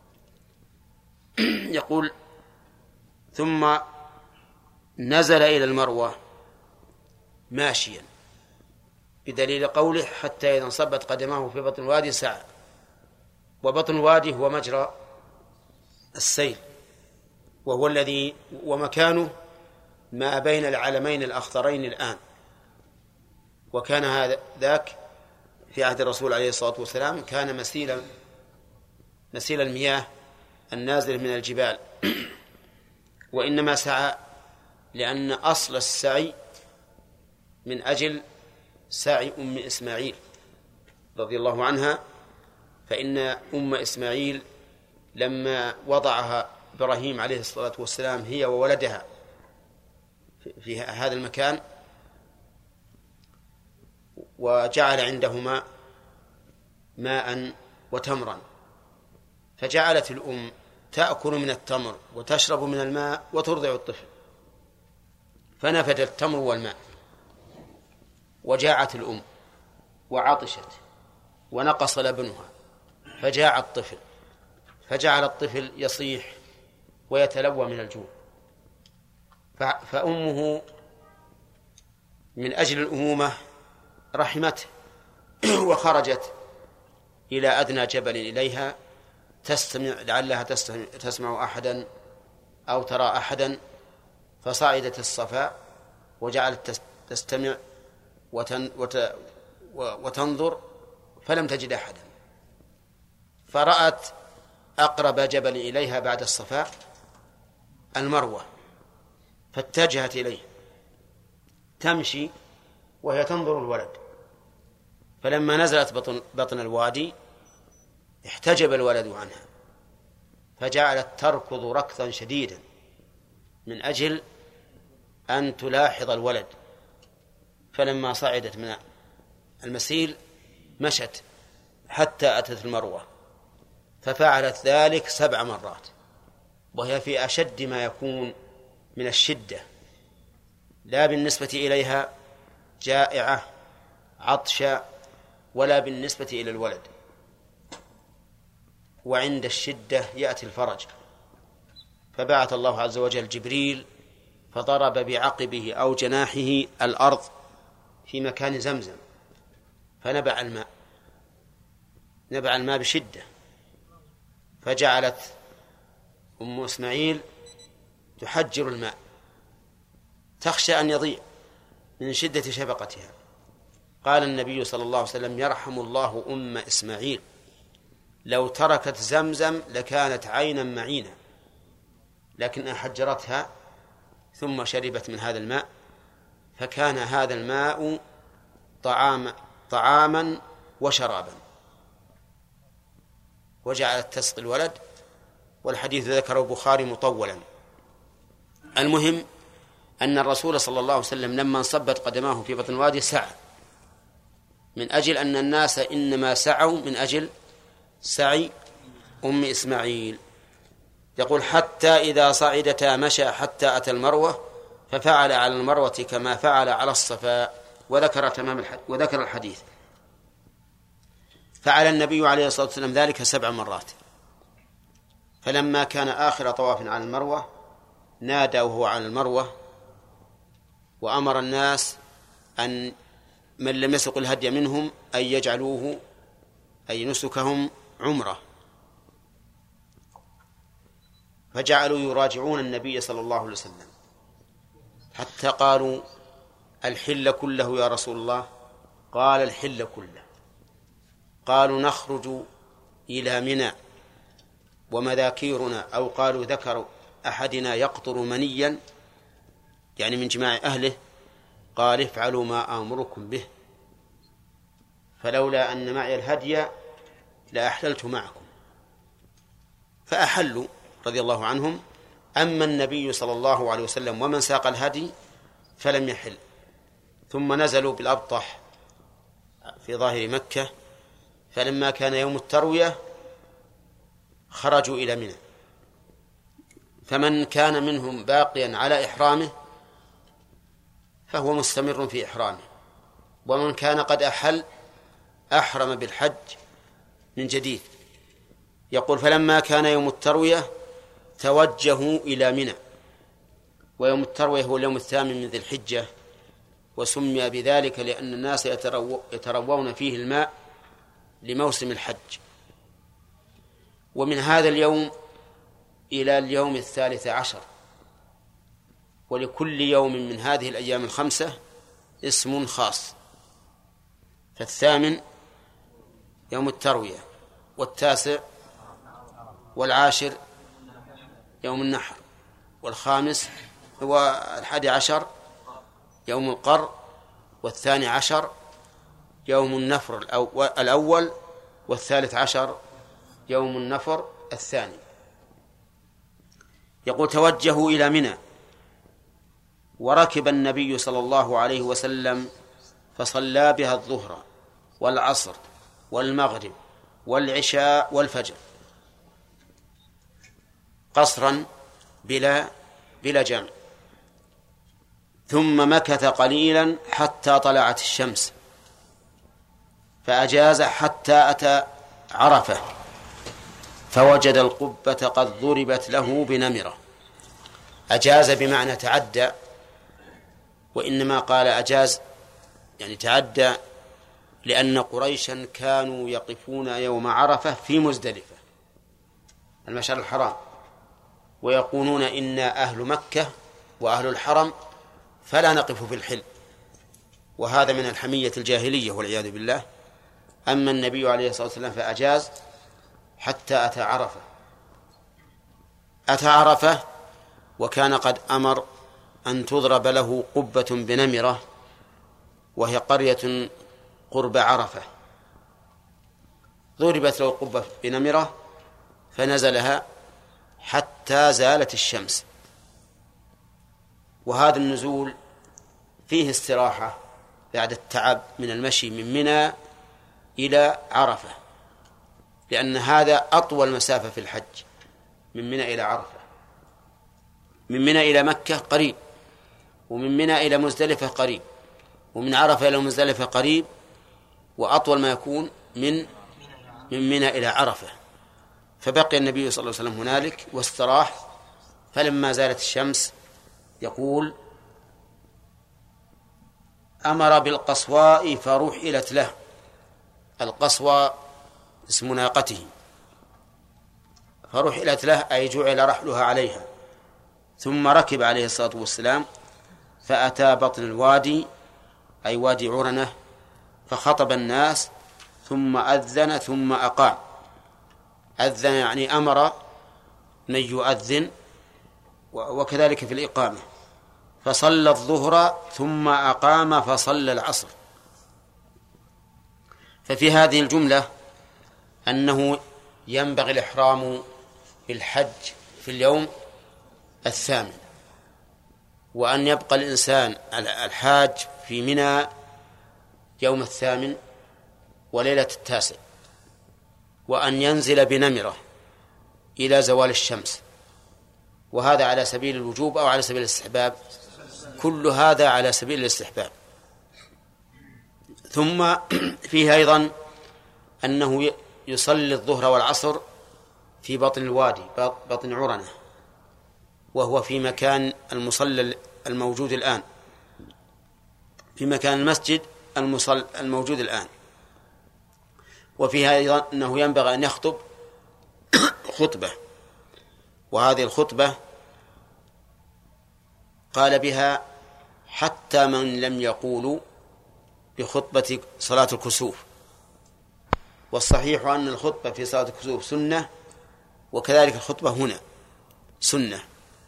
يقول ثم نزل إلى المروة ماشيا، بدليل قوله حتى إذا انصبت قدماه في بطن الوادي سعى، وبطن الوادي هو مجرى السيل، وهو الذي ومكانه ما بين العلمين الأخضرين الآن، وكان هذا ذاك في عهد الرسول عليه الصلاة والسلام كان مسيل المياه النازل من الجبال. وإنما سعى لأن أصل السعي من أجل سعي أم إسماعيل رضي الله عنها، فإن أم إسماعيل لما وضعها إبراهيم عليه الصلاة والسلام هي وولدها في هذا المكان وجعل عندهما ماء وتمرا، فجعلت الأم تأكل من التمر وتشرب من الماء وترضع الطفل، فنفد التمر والماء، وجاعت الأم وعطشت ونقص لبنها فجاع الطفل، فجعل الطفل يصيح ويتلوى من الجوع، فأمه من أجل الأمومة رحمته وخرجت إلى أدنى جبل إليها تستمع، لعلها تسمع أحدا أو ترى أحدا، فصعدت الصفا وجعلت تستمع وتنظر فلم تجد أحدا، فرأت أقرب جبل إليها بعد الصفا المروة، فاتجهت إليه تمشي وهي تنظر الولد، فلما نزلت بطن الوادي احتجب الولد عنها، فجعلت تركض ركضا شديدا من أجل أن تلاحظ الولد، فلما صعدت من المسيل مشت حتى أتت المروة، ففعلت ذلك 7 مرات، وهي في أشد ما يكون من الشدة، لا بالنسبة إليها جائعة عطشة ولا بالنسبة إلى الولد. وعند الشدة يأتي الفرج، فبعث الله عز وجل جبريل فضرب بعقبه أو جناحه الأرض في مكان زمزم، فنبع الماء بشدة، فجعلت أم إسماعيل تحجر الماء تخشى أن يضيع من شدة شفقتها. قال النبي صلى الله عليه وسلم يرحم الله أم إسماعيل، لو تركت زمزم لكانت عينا معينا، لكن حجرتها ثم شربت من هذا الماء، فكان هذا الماء طعاما وشرابا، وجعلت تسقي الولد، والحديث ذكره البخاري مطولا. المهم أن الرسول صلى الله عليه وسلم لما انصبت قدماه في بطن الوادي سعى، من أجل أن الناس إنما سعوا من أجل سعي أم إسماعيل. يقول حتى إذا صعدتا مشى حتى أتى المروة، ففعل على المروة كما فعل على الصفا، وذكر الحديث. فعل النبي عليه الصلاة والسلام ذلك 7 مرات، فلما كان آخر طواف على المروة نادى وهو على المروة، وأمر الناس أن من لم يسق الهدي منهم أن يجعلوه أي نسكهم عمرة، فجعلوا يراجعون النبي صلى الله عليه وسلم حتى قالوا الحل كله يا رسول الله؟ قال الحل كله. قالوا نخرج إلى منى ومذاكيرنا أو قالوا ذكر أحدنا يقطر منيا يعني من جماع أهله، قال افعلوا ما آمركم به، فلولا أن معي الهدي لأحللت معكم. فأحلوا رضي الله عنهم. أما النبي صلى الله عليه وسلم ومن ساق الهدي فلم يحل. ثم نزلوا بالأبطح في ظاهر مكة، فلما كان يوم التروية خرجوا إلى منى، فمن كان منهم باقيا على إحرامه فهو مستمر في إحرامه، ومن كان قد أحرم بالحج من جديد. يقول فلما كان يوم التروية توجهوا إلى منى، ويوم التروية هو اليوم الثامن من ذي الحجة، وسمي بذلك لأن الناس يتروون فيه الماء لموسم الحج. ومن هذا اليوم إلى اليوم 13، ولكل يوم من هذه الأيام الخمسة اسم خاص. فالثامن يوم التروية، والتاسع والعاشر يوم النحر، والخامس هو 11 يوم القر، والثاني عشر يوم النفر الأول، والثالث عشر يوم النفر الثاني. يقول توجهوا إلى منى، وركب النبي صلى الله عليه وسلم فصلى بها الظهر والعصر والمغرب والعشاء والفجر قصرا بلا جمع، ثم مكث قليلا حتى طلعت الشمس، فأجاز حتى أتى عرفة فوجد القبة قد ضربت له بنمرة. أجاز بمعنى تعدى، وإنما قال أجاز يعني تعدى لأن قريشا كانوا يقفون يوم عرفة في مزدلفة المشعر الحرام، ويقولون إنا أهل مكة وأهل الحرم فلا نقف في الحل، وهذا من الحمية الجاهلية والعياذ بالله. أما النبي عليه الصلاة والسلام فأجاز حتى أتى عرفة وكان قد أمر أن تضرب له قبة بنمرة، وهي قرية قرب عرفة، ضربت له قبة بنمرة فنزلها حتى زالت الشمس. وهذا النزول فيه استراحة بعد التعب من المشي من منى إلى عرفة، لأن هذا أطول مسافة في الحج من منى إلى عرفة. من منى إلى مكة قريب، ومن منى إلى مزدلفة قريب، ومن عرفة إلى مزدلفة قريب، وأطول ما يكون من منى إلى عرفة. فبقي النبي صلى الله عليه وسلم هنالك واستراح. فلما زالت الشمس يقول أمر بالقصواء فرحلت له. القصوى اسم ناقته، فرحلت له أي جعل رحلها عليها. ثم ركب عليه الصلاة والسلام فأتى بطن الوادي أي وادي عرنة، فخطب الناس ثم أذن ثم أقام. أذن يعني أمر من يؤذن، وكذلك في الإقامة. فصلى الظهر ثم أقام فصلى العصر. ففي هذه الجملة أنه ينبغي الإحرام بالحج في اليوم الثامن، وأن يبقى الإنسان الحاج في منى يوم الثامن وليلة التاسع، وأن ينزل بنمرة إلى زوال الشمس. وهذا على سبيل الوجوب أو على سبيل الاستحباب؟ كل هذا على سبيل الاستحباب. ثم فيه أيضا أنه يصلي الظهر والعصر في بطن الوادي بطن عرنة، وهو في مكان المصلى الموجود الآن، في مكان المسجد الموجود الآن. وفيها أيضا أنه ينبغي أن يخطب خطبة، وهذه الخطبة قال بها حتى من لم يقولوا بخطبة صلاة الكسوف. والصحيح أن الخطبة في صلاة الكسوف سنة وكذلك الخطبة هنا سنة.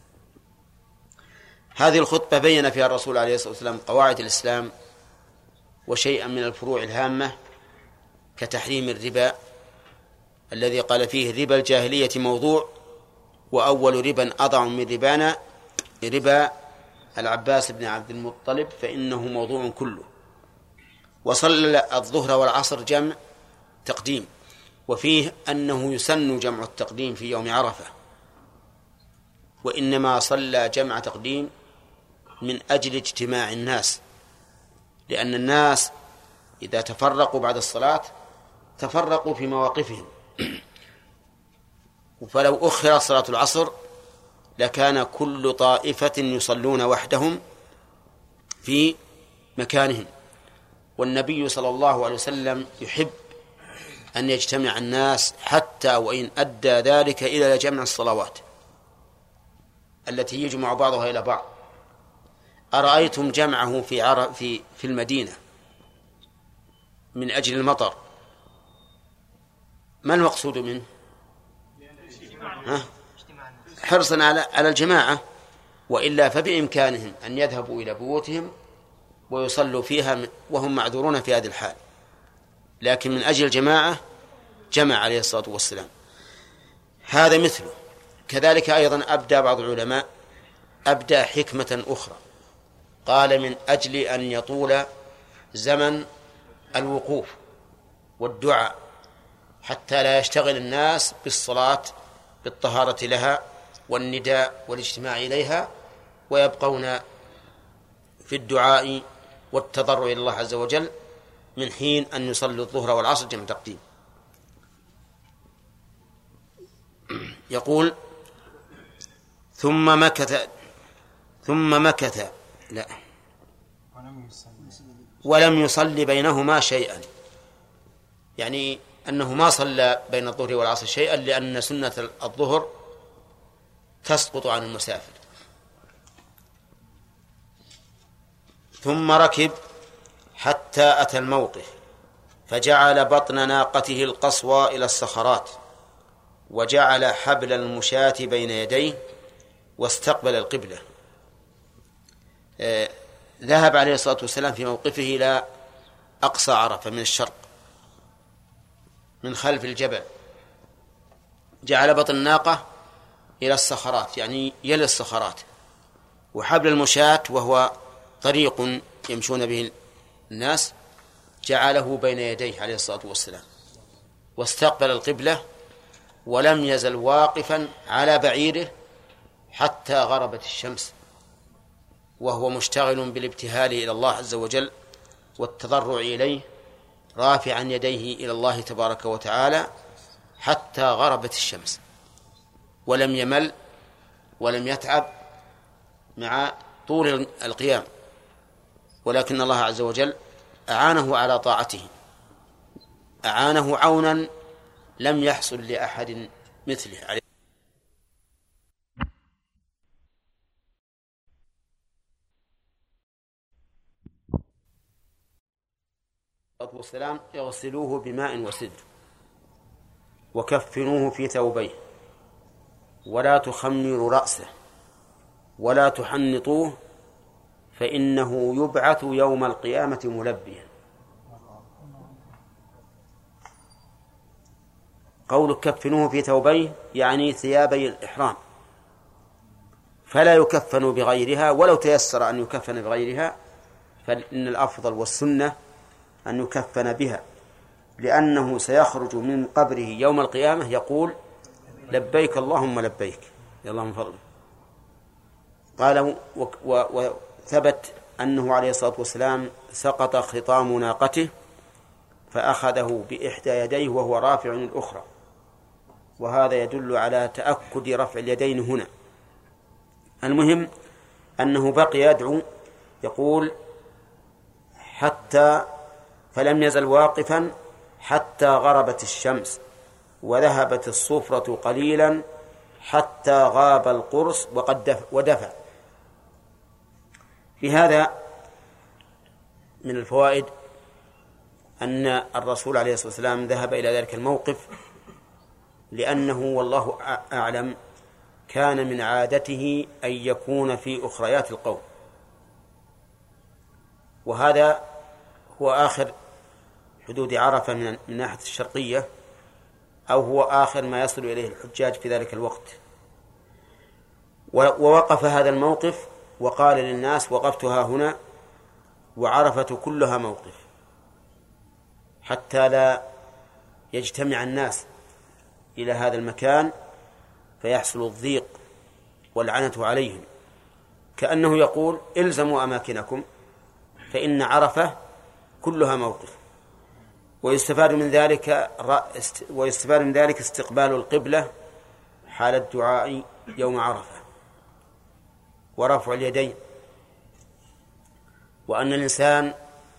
هذه الخطبة بين فيها الرسول عليه الصلاة والسلام قواعد الإسلام وشيئا من الفروع الهامة كتحريم الربا الذي قال فيه ربا الجاهلية موضوع، وأول ربا أضع من ربانا ربا العباس بن عبد المطلب فإنه موضوع كله. وصلى الظهر والعصر جمع تقديم، وفيه أنه يسن جمع التقديم في يوم عرفة، وإنما صلى جمع تقديم من أجل اجتماع الناس، لأن الناس إذا تفرقوا بعد الصلاة تفرقوا في مواقفهم، فلو أخر صلاة العصر لكان كل طائفة يصلون وحدهم في مكانهم. والنبي صلى الله عليه وسلم يحب أن يجتمع الناس حتى وإن أدى ذلك إلى جمع الصلوات التي يجمع بعضها إلى بعض. أرأيتم جمعه في المدينة من أجل المطر، ما المقصود منه؟ حرصا على الجماعة، وإلا فبإمكانهم أن يذهبوا إلى بيوتهم ويصلوا فيها وهم معذورون في هذه الحال، لكن من أجل الجماعة جمع عليه الصلاة والسلام. هذا مثله. كذلك أيضا أبدى بعض العلماء حكمة أخرى، قال من أجل أن يطول زمن الوقوف والدعاء حتى لا يشتغل الناس بالصلاة بالطهارة لها والنداء والاجتماع إليها، ويبقون في الدعاء والتضرع إلى الله عز وجل من حين أن يصلوا الظهر والعصر جمع تقديم. يقول ثم مكث لا ولم يصلي بينهما شيئا، يعني أنه ما صلى بين الظهر والعصر شيئا، لأن سنة الظهر تسقط عن المسافر. ثم ركب حتى أتى الموقف فجعل بطن ناقته القصوى إلى الصخرات، وجعل حبل المشاة بين يديه واستقبل القبلة. ذهب عليه الصلاة والسلام في موقفه إلى أقصى عرفة من الشرق من خلف الجبل، جعل بطن الناقة إلى الصخرات يعني يلي الصخرات، وحبل المشاة وهو طريق يمشون به الناس جعله بين يديه عليه الصلاة والسلام، واستقبل القبلة ولم يزل واقفا على بعيره حتى غربت الشمس، وهو مشتغل بالابتهال إلى الله عز وجل والتضرع إليه، رافعا يديه إلى الله تبارك وتعالى حتى غربت الشمس، ولم يمل ولم يتعب مع طول القيام، ولكن الله عز وجل أعانه على طاعته، أعانه عونا لم يحصل لأحد مثله عليه والسلام. يغسلوه بماء وسدر وكفنوه في ثوبيه، ولا تخمروا رأسه ولا تحنطوه فإنه يبعث يوم القيامة ملبيا. قول كفنوه في ثوبيه يعني ثيابي الإحرام، فلا يكفن بغيرها، ولو تيسر أن يكفن بغيرها فإن الأفضل والسنة أن يكفن بها، لأنه سيخرج من قبره يوم القيامة يقول لبيك اللهم لبيك يا الله من فضلك. قال وثبت أنه عليه الصلاة والسلام سقط خطام ناقته فأخذه بإحدى يديه وهو رافع الأخرى، وهذا يدل على تأكد رفع اليدين هنا. المهم أنه بقي يدعو يقول حتى فلم يزل واقفا حتى غربت الشمس وذهبت الصفرة قليلا حتى غاب القرص ودفع. في هذا من الفوائد أن الرسول عليه الصلاة والسلام ذهب إلى ذلك الموقف لأنه والله أعلم كان من عادته أن يكون في أخريات القوم، وهذا هو آخر حدود عرفة من ناحية الشرقية، أو هو آخر ما يصل إليه الحجاج في ذلك الوقت. ووقف هذا الموقف وقال للناس: وقفتها هنا، وعرفة كلها موقف، حتى لا يجتمع الناس إلى هذا المكان فيحصل الضيق والعنة عليهم، كأنه يقول: إلزموا أماكنكم فإن عرفة كلها موقف. ويستفاد من ذلك استقبال القبلة حال الدعاء يوم عرفة، ورفع اليدين، وأن الإنسان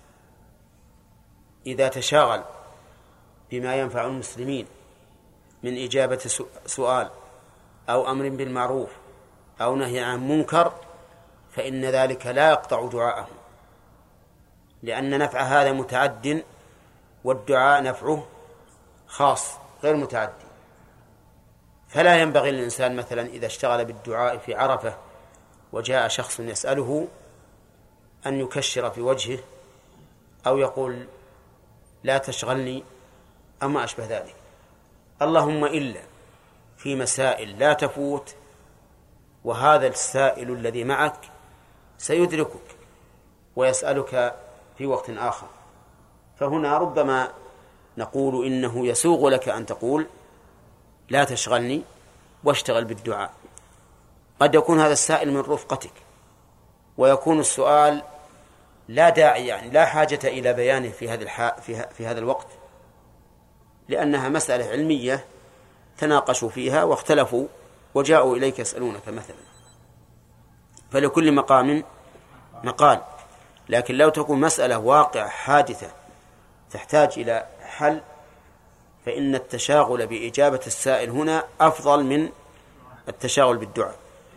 إذا تشاغل بما ينفع المسلمين من إجابة سؤال أو أمر بالمعروف أو نهي عن منكر فإن ذلك لا يقطع دعاءه، لأن نفع هذا متعد والدعاء نفعه خاص غير متعدي. فلا ينبغي للإنسان مثلا إذا اشتغل بالدعاء في عرفة وجاء شخص يسأله أن يكشر في وجهه أو يقول: لا تشغلني، أما أشبه ذلك. اللهم إلا في مسائل لا تفوت، وهذا السائل الذي معك سيدركك ويسألك في وقت آخر، فهنا ربما نقول إنه يسوغ لك أن تقول: لا تشغلني واشتغل بالدعاء. قد يكون هذا السائل من رفقتك، ويكون السؤال لا داعي، يعني لا حاجة إلى بيانه في هذا الوقت، لأنها مسألة علمية تناقشوا فيها واختلفوا وجاءوا إليك يسألونك مثلا، فلكل مقام مقال. لكن لو تكون مسألة واقعة حادثة تحتاج إلى حل فإن التشاغل بإجابة السائل هنا أفضل من التشاغل بالدعاء.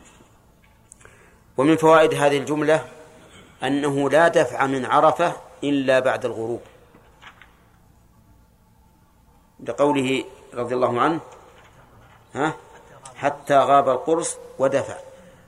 ومن فوائد هذه الجملة أنه لا دفع من عرفة إلا بعد الغروب، لقوله رضي الله عنه: حتى غاب القرص ودفع.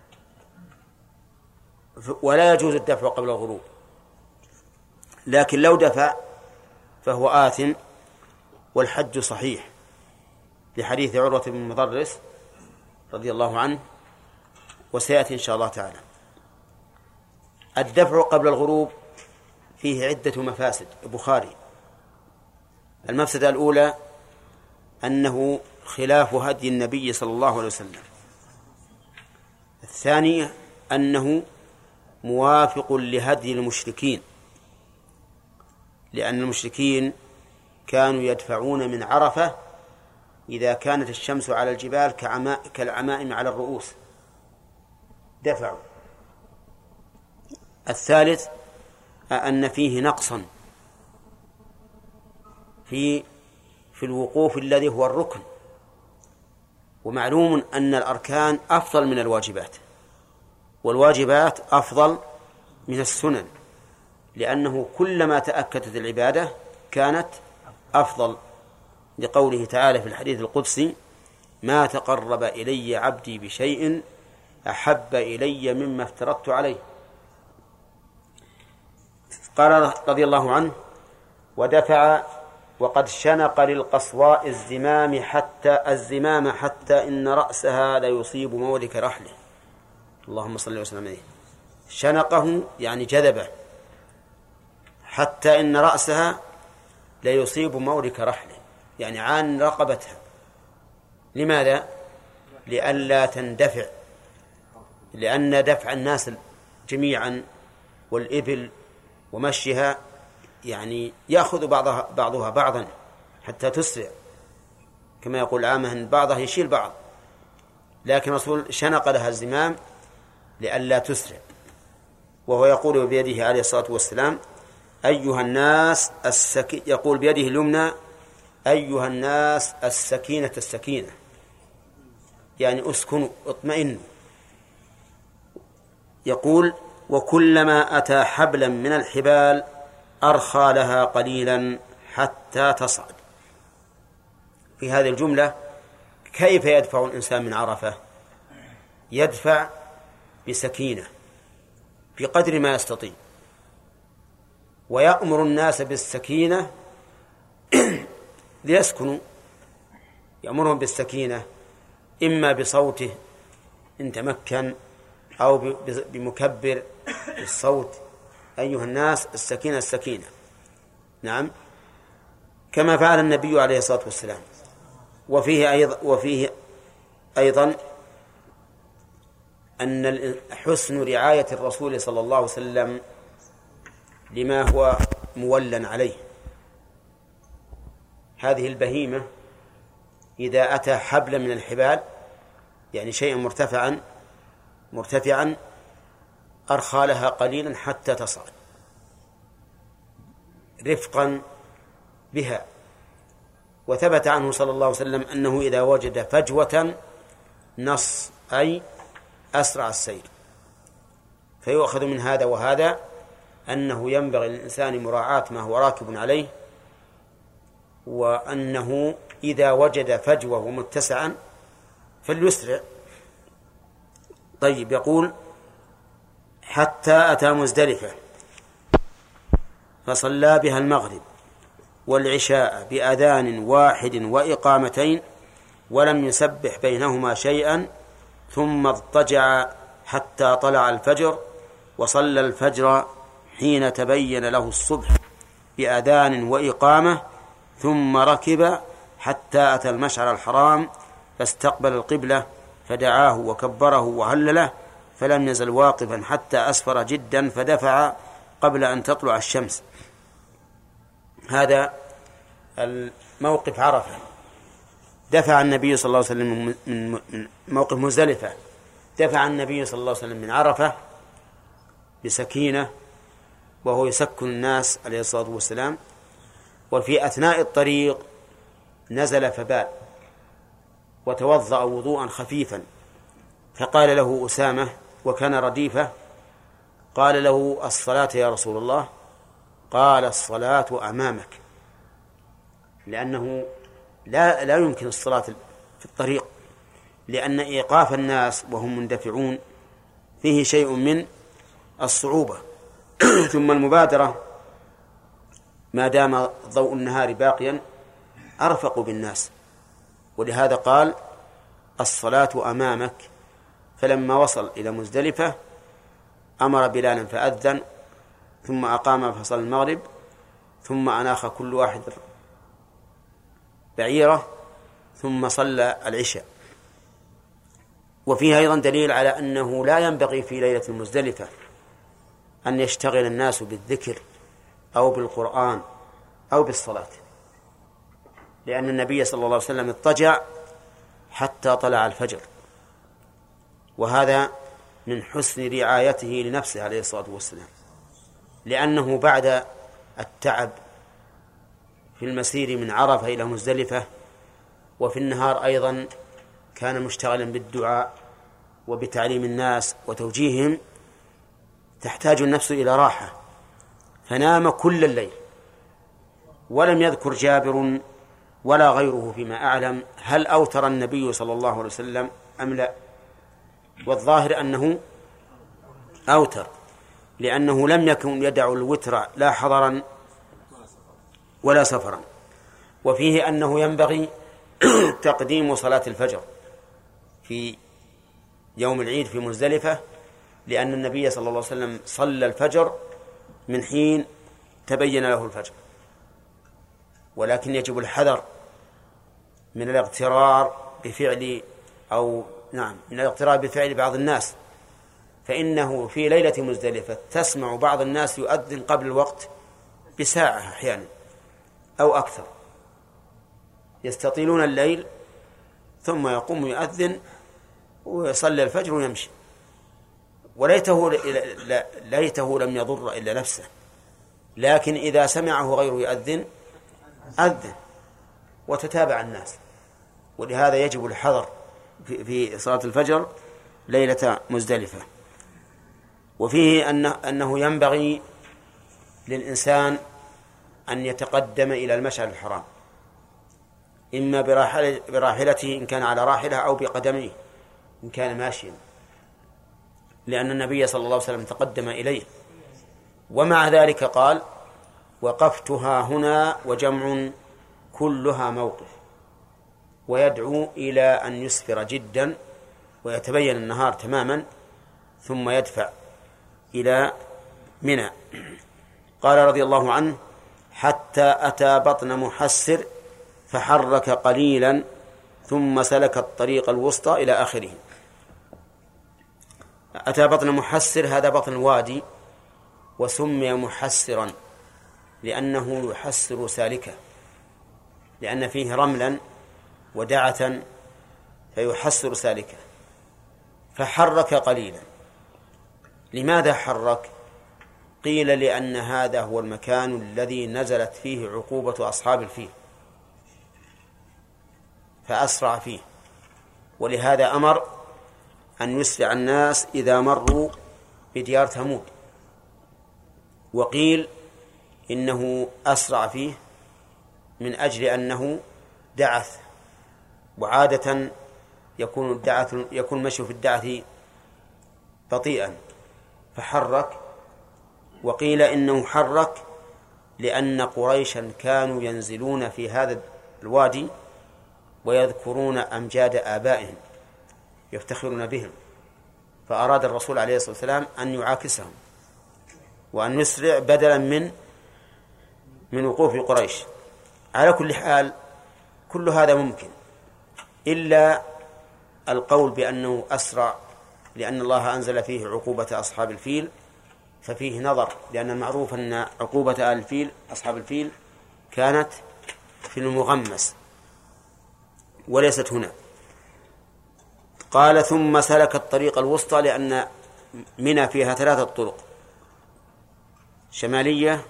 ولا يجوز الدفع قبل الغروب، لكن لو دفع فهو آثم والحج صحيح، لحديث عروة بن مضرس رضي الله عنه، وسيأتي إن شاء الله تعالى. الدفع قبل الغروب فيه عدة مفاسد. البخاري: المفسدة الأولى أنه خلاف هدي النبي صلى الله عليه وسلم. الثانية أنه موافق لهدي المشركين، لأن المشركين كانوا يدفعون من عرفة إذا كانت الشمس على الجبال كالعمائم على الرؤوس، دفعوا. الثالث أن فيه نقصا في الوقوف الذي هو الركن، ومعلوم أن الأركان أفضل من الواجبات، والواجبات أفضل من السنن، لأنه كلما تأكدت العبادة كانت أفضل، لقوله تعالى في الحديث القدسي: ما تقرب إلي عبدي بشيء أحب إلي مما افترضت عليه. قال رضي الله عنه: ودفع وقد شنق للقصواء الزمام حتى إن رأسها ليصيب مولك رحله. اللهم صل وسلم عليه. شنقه يعني جذبه، حتى إن رأسها ليصيب مولك رحله، يعني عن رقبتها. لماذا؟ لئلا تندفع، لأن دفع الناس جميعا والإبل ومشيها يعني يأخذ بعضها بعضا حتى تسرع، كما يقول عامه أن بعضها يشيل بعض، لكن رسول شنق لها الزمام لئلا تسرع. وهو يقول بيده عليه الصلاة والسلام: أيها الناس يقول بيده اليمنى: أيها الناس السكينة السكينة، يعني أسكنوا اطمئنوا. يقول: وكلما أتى حبلا من الحبال أرخى لها قليلا حتى تصعد. في هذه الجملة كيف يدفع الإنسان من عرفة؟ يدفع بسكينة بقدر ما يستطيع، ويأمر الناس بالسكينة ليسكنوا، يأمرهم بالسكينة إما بصوته إن تمكن أو بمكبر الصوت: أيها الناس السكينة السكينة. نعم، كما فعل النبي عليه الصلاة والسلام. وفيه أيضا أن حسن رعاية الرسول صلى الله عليه وسلم لما هو مولا عليه. هذه البهيمة إذا أتى حبلا من الحبال، يعني شيئا مرتفعا، أرخى لها قليلا حتى تصعد رفقا بها. وثبت عنه صلى الله عليه وسلم أنه إذا وجد فجوة نص، أي أسرع السير. فيؤخذ من هذا وهذا أنه ينبغي للإنسان مراعاة ما هو راكب عليه، وأنه إذا وجد فجوة ومتسعا فليسرع. طيب، يقول: حتى أتى مزدلفة فصلى بها المغرب والعشاء بأذان واحد وإقامتين ولم يسبح بينهما شيئا، ثم اضطجع حتى طلع الفجر، وصلى الفجر حين تبين له الصبح بأذان وإقامة، ثم ركب حتى أتى المشعر الحرام فاستقبل القبلة فدعاه وكبره وهلله، فلم يزل واقفا حتى أسفر جدا فدفع قبل أن تطلع الشمس. هذا الموقف عرفة. دفع النبي صلى الله عليه وسلم من موقف مزدلفة، دفع النبي صلى الله عليه وسلم من عرفة بسكينة وهو يسكن الناس عليه الصلاة والسلام. وفي أثناء الطريق نزل فبال وتوضأ وضوءا خفيفا، فقال له أسامة وكان رديفة، قال له: الصلاة يا رسول الله؟ قال: الصلاة أمامك، لأنه لا يمكن الصلاة في الطريق، لأن إيقاف الناس وهم مندفعون فيه شيء من الصعوبة. ثم المبادرة ما دام ضوء النهار باقيا أرفق بالناس، ولهذا قال: الصلاة أمامك. فلما وصل إلى مزدلفة أمر بلالا فأذن، ثم أقام فصلى المغرب، ثم أناخ كل واحد بعيرة، ثم صلى العشاء. وفيها أيضا دليل على أنه لا ينبغي في ليلة المزدلفة أن يشتغل الناس بالذكر أو بالقرآن أو بالصلاة، لأن النبي صلى الله عليه وسلم اضطجع حتى طلع الفجر، وهذا من حسن رعايته لنفسه عليه الصلاة والسلام، لأنه بعد التعب في المسير من عرفة إلى مزدلفة وفي النهار أيضا كان مشتغلا بالدعاء وبتعليم الناس وتوجيههم، تحتاج النفس إلى راحة، فنام كل الليل. ولم يذكر جابر ولا غيره فيما أعلم هل أوتر النبي صلى الله عليه وسلم أم لا، والظاهر أنه أوتر، لأنه لم يكن يدع الوتر لا حضرا ولا سفرا. وفيه أنه ينبغي تقديم صلاة الفجر في يوم العيد في مزدلفة، لأن النبي صلى الله عليه وسلم صلى الفجر من حين تبين له الفجر، ولكن يجب الحذر من الاغترار بفعل بعض الناس، فإنه في ليلة مزدلفة تسمع بعض الناس يؤذن قبل الوقت بساعة أحيانا أو أكثر، يستطيلون الليل ثم يقوم يؤذن ويصلي الفجر ويمشي، ليته لم يضر إلا نفسه، لكن إذا سمعه غيره يؤذن أذن وتتابع الناس. ولهذا يجب الحذر في صلاة الفجر ليلة مزدلفة. وفيه أنه ينبغي للإنسان أن يتقدم إلى المشعر الحرام إما براحلته إن كان على راحلة أو بقدميه إن كان ماشيا، لأن النبي صلى الله عليه وسلم تقدم إليه. ومع ذلك قال: وقفتها هنا وجمع كلها موقف، ويدعو إلى أن يسفر جدا ويتبين النهار تماما ثم يدفع إلى منى. قال رضي الله عنه: حتى أتى بطن محسر فحرك قليلا ثم سلك الطريق الوسطى إلى آخره. أتى بطن محسر، هذا بطن الوادي، وسمي محسرا لأنه يحسر سالكه، لأن فيه رملا ودعة فيحسر سالكه. فحرك قليلا. لماذا حرك؟ قيل: لأن هذا هو المكان الذي نزلت فيه عقوبة أصحاب الفيل فأسرع فيه، ولهذا أمر أن يسرع الناس إذا مروا بديار ثمود. وقيل إنه أسرع فيه من أجل أنه دعث، وعادة يكون مشي في الدعث بطيئا فحرك. وقيل إنه حرك لأن قريشا كانوا ينزلون في هذا الوادي ويذكرون أمجاد آبائهم يفتخرون بهم، فأراد الرسول عليه الصلاة والسلام أن يعاكسهم وأن يسرع بدلا من وقوف قريش. على كل حال كل هذا ممكن، إلا القول بأنه أسرع لأن الله أنزل فيه عقوبة أصحاب الفيل، ففيه نظر، لأن المعروف أن عقوبة الفيل أصحاب الفيل كانت في المغمس وليست هنا. قال: ثم سلك الطريق الوسطى، لأن منى فيها 3 طرق: شمالية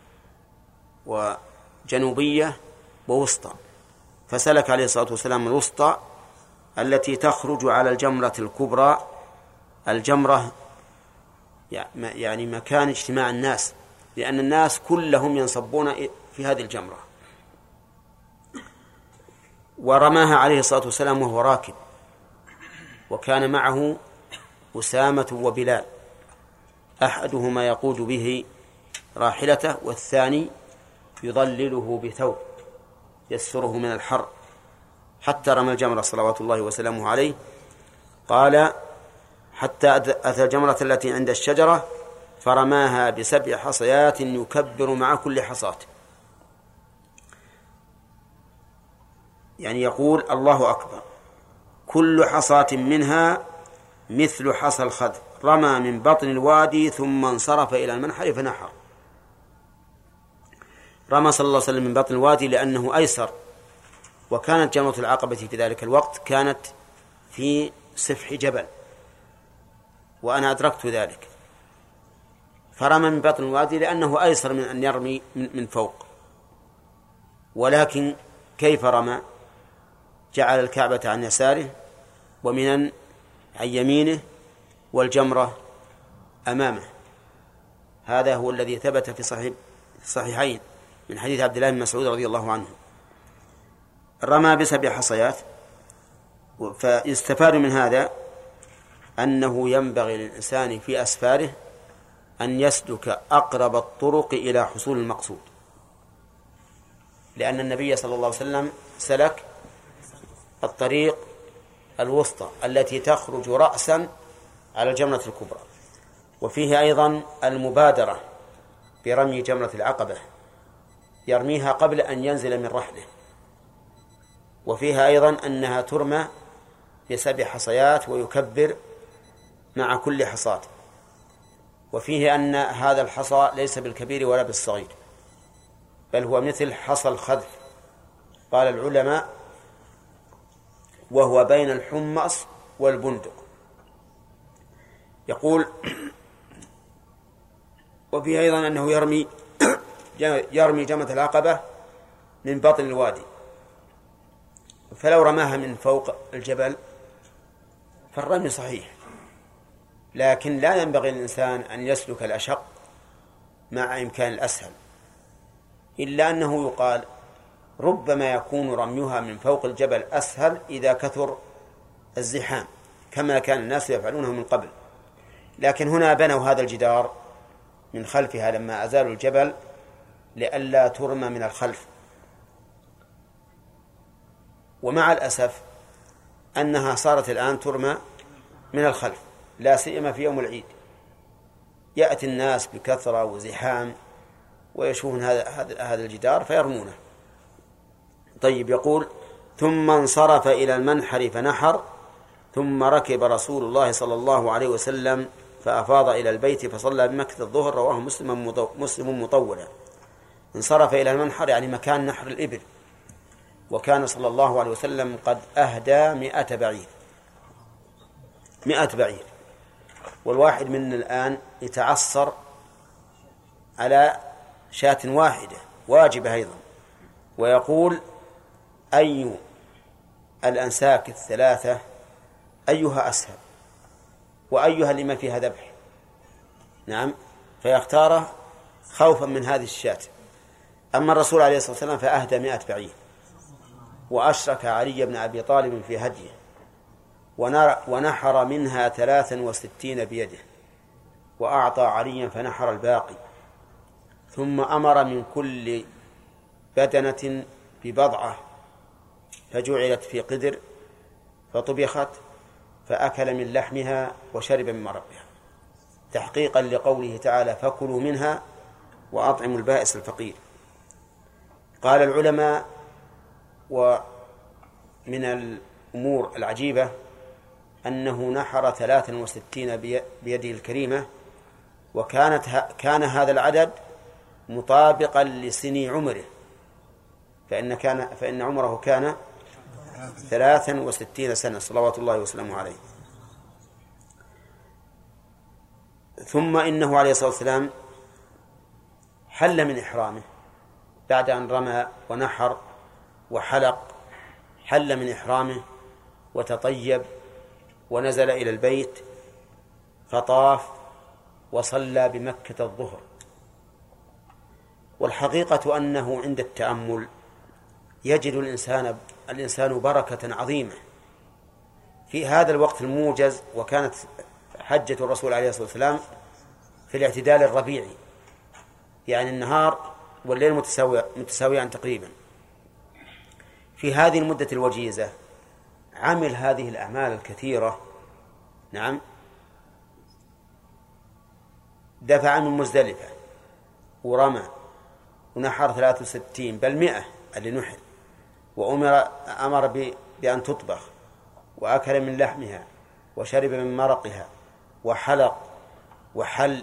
وجنوبية ووسطى، فسلك عليه الصلاة والسلام الوسطى التي تخرج على الجمرة الكبرى. الجمرة يعني مكان اجتماع الناس، لأن الناس كلهم ينصبون في هذه الجمرة. ورماها عليه الصلاة والسلام وهو راكب، وكان معه أسامة وبلال، أحدهما يقود به راحلته والثاني يظلله بثوب يستره من الحر، حتى رمى الجمرة صلوات الله وسلامه عليه. قال: حتى أتى الجمرة التي عند الشجرة فرماها ب7 حصيات يكبر مع كل حصاة، يعني يقول الله أكبر، كل حصاة منها مثل حصى الخذ. رمى من بطن الوادي ثم انصرف إلى المنحر فنحر. رمى صلى الله عليه وسلم من بطن الوادي لأنه أيسر، وكانت جمرة العقبة في ذلك الوقت كانت في سفح جبل، وأنا أدركت ذلك، فرمى من بطن الوادي لأنه أيسر من أن يرمي من فوق. ولكن كيف رمى؟ جعل الكعبة عن يساره ومنى عن يمينه والجمرة أمامه. هذا هو الذي ثبت في الصحيحين من حديث عبد الله بن مسعود رضي الله عنه. رمى ب7 حصيات. فيستفاد من هذا أنه ينبغي للإنسان في أسفاره أن يسلك أقرب الطرق إلى حصول المقصود، لأن النبي صلى الله عليه وسلم سلك الطريق الوسطى التي تخرج رأسا على الجمرة الكبرى. وفيه أيضا المبادرة برمي جمرة العقبة، يرميها قبل أن ينزل من رحله. وفيها أيضا أنها ترمى ب7 حصيات ويكبر مع كل حصاة. وفيه أن هذا الحصى ليس بالكبير ولا بالصغير، بل هو مثل حصى الخذف. قال العلماء: وهو بين الحمص والبندق. يقول: وفيه أيضا أنه يرمي جمرة العقبة من بطن الوادي، فلو رماها من فوق الجبل فالرمي صحيح، لكن لا ينبغي للإنسان أن يسلك الأشق مع إمكان الأسهل، إلا أنه يقال ربما يكون رميها من فوق الجبل أسهل إذا كثر الزحام كما كان الناس يفعلونه من قبل، لكن هنا بنوا هذا الجدار من خلفها لما أزالوا الجبل لئلا ترمى من الخلف. ومع الأسف أنها صارت الآن ترمى من الخلف، لا سيما في يوم العيد، يأتي الناس بكثرة وزحام ويشوفون هذا الجدار فيرمونه. طيب، يقول ثم انصرف إلى المنحر فنحر، ثم ركب رسول الله صلى الله عليه وسلم فأفاض إلى البيت فصلى بمكة الظهر. رواه مسلم مطولا. انصرف إلى المنحر يعني مكان نحر الإبل، وكان صلى الله عليه وسلم قد أهدى 100 بعير. 100 بعير، والواحد منا الآن يتعصر على شاة واحدة واجبة أيضا. ويقول أي الأنساك الثلاثة أيها أسهل وأيها لما فيها ذبح؟ نعم، فيختاره خوفا من هذه الشاة. أما الرسول عليه الصلاة والسلام فأهدى 100 بعير، وأشرك علي بن أبي طالب في هديه، ونحر منها 63 بيده، وأعطى عليا فنحر الباقي. ثم أمر من كل بدنة ببضعة، فجعلت في قدر فطبخت، فأكل من لحمها وشرب من مرقها، تحقيقا لقوله تعالى فكلوا منها وأطعموا البائس الفقير. قال العلماء: ومن الأمور العجيبة أنه نحر 63 بيده الكريمة، كان هذا العدد مطابقا لسن عمره، فإن عمره كان 63 سنة صلوات الله وسلامه عليه. ثم إنه عليه الصلاة والسلام حل من إحرامه بعد أن رمى ونحر وحلق، حل من إحرامه وتطيب ونزل إلى البيت فطاف وصلى بمكة الظهر. والحقيقة أنه عند التأمل يجد الإنسان بركة عظيمة في هذا الوقت الموجز. وكانت حجة الرسول عليه الصلاة والسلام في الاعتدال الربيعي، يعني النهار والليل متساويان تقريبا. في هذه المدة الوجيزة عمل هذه الأعمال الكثيرة. نعم، دفع من مزدلفة ورمى ونحر 63 بل 100 اللي نحر، وأمر بأن تطبخ، وأكل من لحمها وشرب من مرقها، وحلق وحل،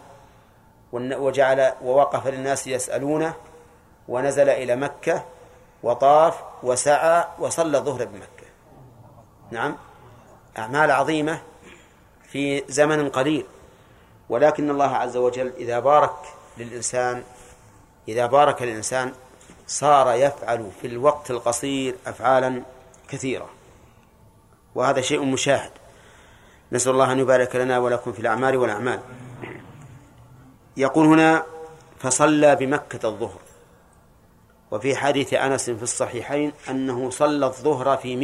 ووقف للناس يسألونه، ونزل إلى مكة وطاف وسعى وصلى الظهر بمكة. نعم، أعمال عظيمة في زمن قليل. ولكن الله عز وجل إذا بارك للإنسان صار يفعل في الوقت القصير أفعالا كثيرة، وهذا شيء مشاهد. نسأل الله أن يبارك لنا ولكم في الأعمال والأعمال. يقول هنا فصلى بمكة الظهر. وفي حديث أنس في الصحيحين أنه صلى الظهر في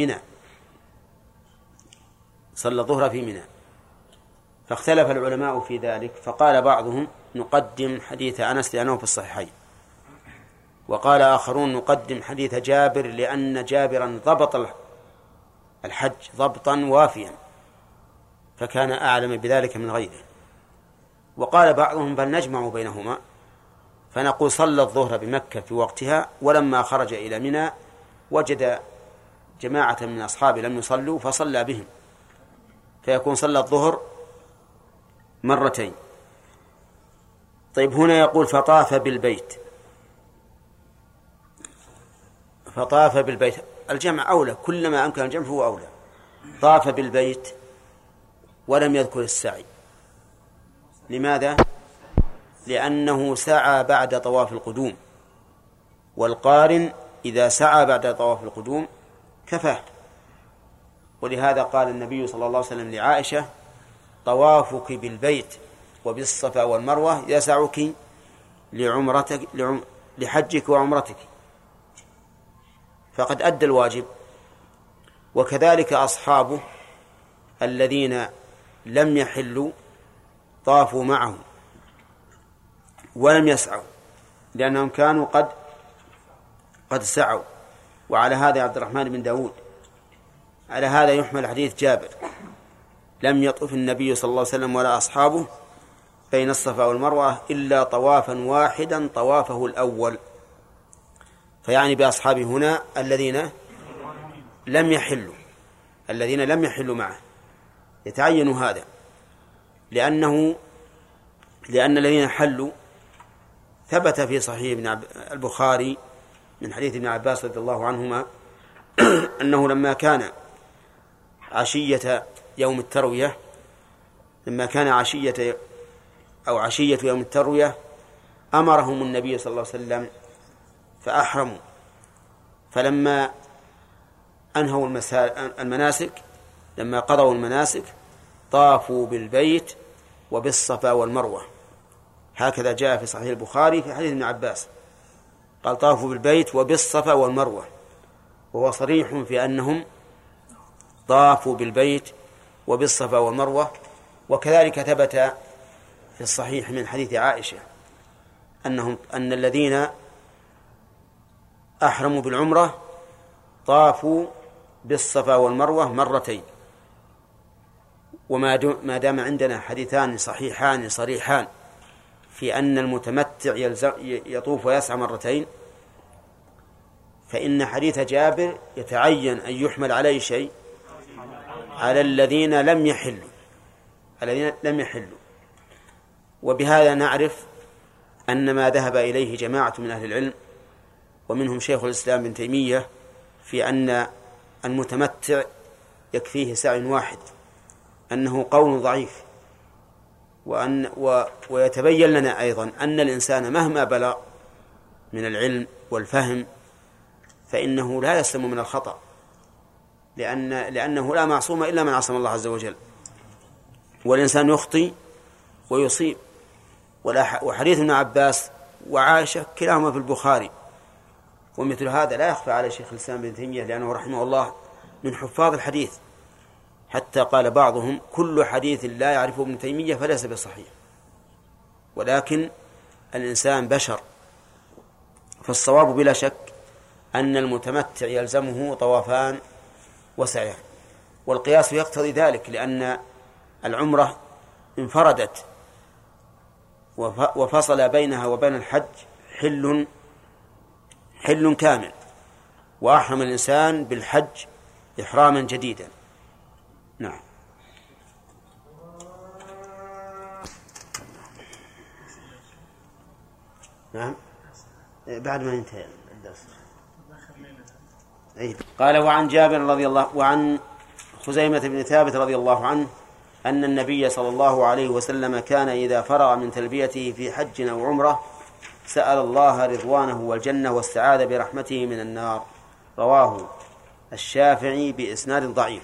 منى، فاختلف العلماء في ذلك، فقال بعضهم نقدم حديث أنس لأنه في الصحيحين، وقال آخرون نقدم حديث جابر لأن جابرا ضبط الحج ضبطا وافيا فكان أعلم بذلك من غيره. وقال بعضهم بل نجمع بينهما، فنقول صلى الظهر بمكة في وقتها، ولما خرج إلى منى وجد جماعة من أصحابه لم يصلوا فصلى بهم، فيكون صلى الظهر مرتين. طيب، هنا يقول فطاف بالبيت. الجمع أولى، كلما أمكن الجمع هو أولى. طاف بالبيت ولم يذكر السعي. لماذا؟ لأنه سعى بعد طواف القدوم، والقارن إذا سعى بعد طواف القدوم كفاه. ولهذا قال النبي صلى الله عليه وسلم لعائشة طوافك بالبيت وبالصفا والمروة يسعك لحجك وعمرتك. فقد أدى الواجب. وكذلك أصحابه الذين لم يحلوا طافوا معه ولم يسعوا، لأنهم كانوا قد سعوا. وعلى هذا عبد الرحمن بن داود، على هذا يحمل حديث جابر: لم يطف النبي صلى الله عليه وسلم ولا أصحابه بين الصفا والمروة إلا طوافا واحدا طوافه الأول. فيعني بأصحابه هنا الذين لم يحلوا معه. يتعين هذا لأن الذين حلوا ثبت في صحيح البخاري من حديث ابن عباس رضي الله عنهما أنه لما كان عشية يوم التروية، عشية يوم التروية أمرهم النبي صلى الله عليه وسلم فأحرموا، فلما أنهوا المناسك، لما قضوا المناسك طافوا بالبيت وبالصفا والمروة. هكذا جاء في صحيح البخاري في حديث ابن عباس، قال طافوا بالبيت وبالصفا والمروة، وهو صريح في أنهم طافوا بالبيت وبالصفا والمروة. وكذلك ثبت في الصحيح من حديث عائشة أن الذين أحرموا بالعمرة طافوا بالصفا والمروة مرتين. وما دام عندنا حديثان صحيحان صريحان في أن المتمتع يطوف ويسعى مرتين، فإن حديث جابر يتعين أن يحمل عليه شيء على الذين لم يحلوا. وبهذا نعرف أن ما ذهب إليه جماعة من أهل العلم ومنهم شيخ الإسلام ابن تيمية في أن المتمتع يكفيه سعي واحد أنه قول ضعيف، ويتبين لنا أيضا أن الإنسان مهما بلغ من العلم والفهم فإنه لا يسلم من الخطأ، لأنه لا معصوم إلا من عصم الله عز وجل، والإنسان يخطئ ويصيب. وحديث ابن عباس وعائشة كلاهما في البخاري، ومثل هذا لا يخفى على شيخ الإسلام ابن تيمية لأنه رحمه الله من حفاظ الحديث، حتى قال بعضهم: كل حديث لا يعرفه ابن تيمية فليس بصحيح. ولكن الإنسان بشر، فالصواب بلا شك أن المتمتع يلزمه طوافان وسعيان، والقياس يقتضي ذلك، لأن العمرة انفردت وفصل بينها وبين الحج حل كامل، وأحرم الإنسان بالحج إحراما جديدا. نعم. نعم بعد ما ينتهي الدرس. قال: وعن جابر رضي الله وعن خزيمة بن ثابت رضي الله عنه أن النبي صلى الله عليه وسلم كان إذا فرغ من تلبيته في حج أو عمرة سأل الله رضوانه والجنة واستعاذ برحمته من النار. رواه الشافعي بإسناد ضعيف.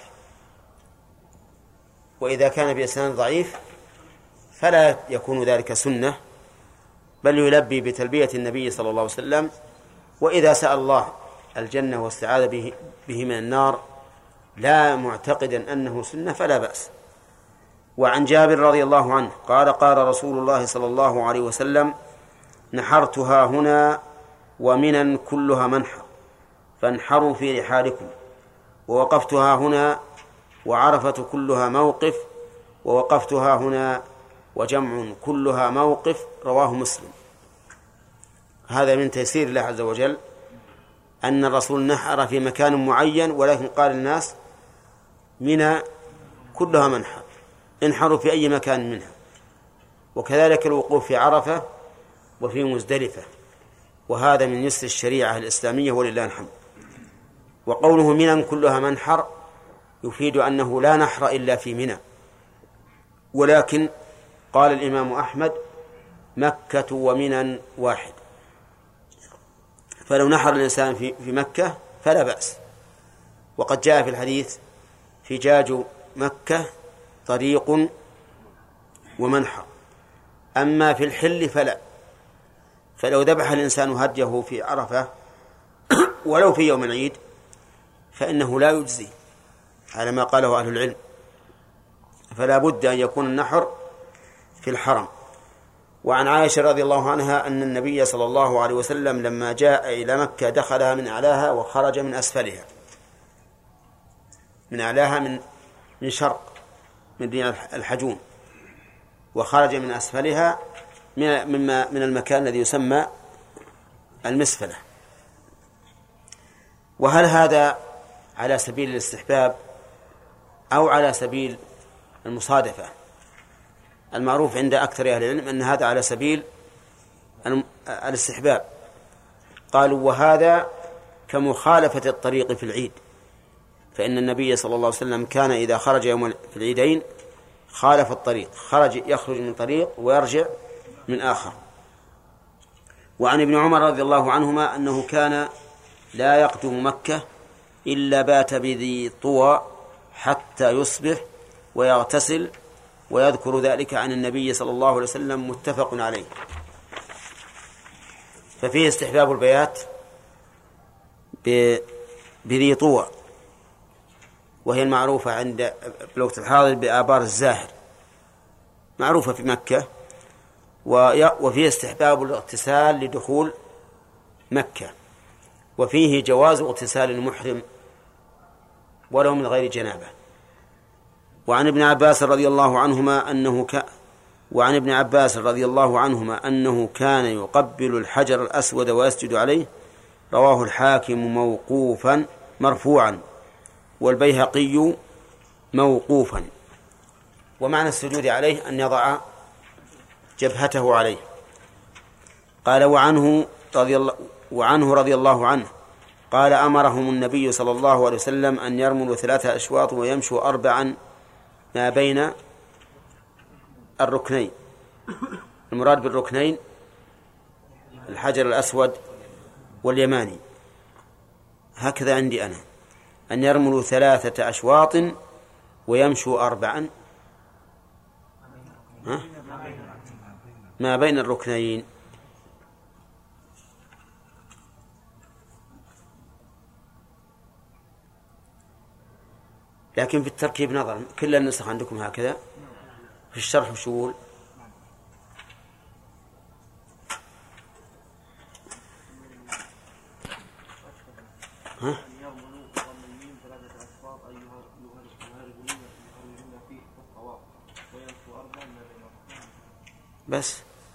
وإذا كان بإسناد ضعيف فلا يكون ذلك سنة، بل يلبي بتلبية النبي صلى الله عليه وسلم. وإذا سأل الله الجنة واستعاذ به من النار لا معتقدا أنه سنة فلا بأس. وعن جابر رضي الله عنه قال: قال رسول الله صلى الله عليه وسلم: نحرتها هنا ومنن كلها منحر فانحروا في رحالكم، ووقفتها هنا وعرفة كلها موقف ووقفتها هنا وجمع كلها موقف. رواه مسلم. هذا من تيسير الله عز وجل أن الرسول نحر في مكان معين، ولكن قال الناس منى كلها منحر، انحروا في أي مكان منها. وكذلك الوقوف في عرفة وفي مزدلفة، وهذا من يسر الشريعة الإسلامية ولله الحمد. وقوله منى كلها منحر يفيد أنه لا نحر إلا في منى، ولكن قال الإمام أحمد: مكة ومنى واحد، فلو نحر الإنسان في مكة فلا بأس. وقد جاء في الحديث: فجاج مكة طريق ومنحر، أما في الحل فلا. فلو ذبح الإنسان هديه في عرفة ولو في يوم العيد فإنه لا يجزي على ما قاله أهل العلم، فلا بد أن يكون النحر في الحرم. وعن عائشة رضي الله عنها أن النبي صلى الله عليه وسلم لما جاء إلى مكة دخلها من أعلاها وخرج من أسفلها، من أعلاها من شرق من دين الحجون، وخرج من أسفلها من المكان الذي يسمى المسفلة. وهل هذا على سبيل الاستحباب أو على سبيل المصادفة؟ المعروف عند أكثر أهل العلم أن هذا على سبيل الاستحباب. قالوا وهذا كمخالفة الطريق في العيد، فإن النبي صلى الله عليه وسلم كان إذا خرج يوم في العيدين خالف الطريق، يخرج من طريق ويرجع من آخر. وعن ابن عمر رضي الله عنهما أنه كان لا يقدم مكة إلا بات بذي طوى حتى يصبح ويغتسل، ويذكر ذلك عن النبي صلى الله عليه وسلم، متفق عليه. ففيه استحباب البيات بذي طوى، وهي المعروفة عند الوقت الحاضر بآبار الزاهر، معروفة في مكة. وفيه استحباب الاغتسال لدخول مكة، وفيه جواز اغتسال المحرم ولو من غير جنابة. وعن ابن عباس رضي الله عنهما أنه كان يقبل الحجر الأسود ويسجد عليه، رواه الحاكم موقوفا مرفوعا والبيهقي موقوفا. ومعنى السجود عليه أن يضع جبهته عليه. قال وعنه رضي الله عنه قال أمرهم النبي صلى الله عليه وسلم أن يرملوا 3 أشواط ويمشوا 4 ما بين الركنين. المراد بالركنين الحجر الأسود واليماني، هكذا عندي أنا، أن يرملوا 3 أشواط ويمشوا 4 ما بين الركنين. لكن في التركيب نظر، كل النسخ عندكم هكذا، في الشرح وشول بس،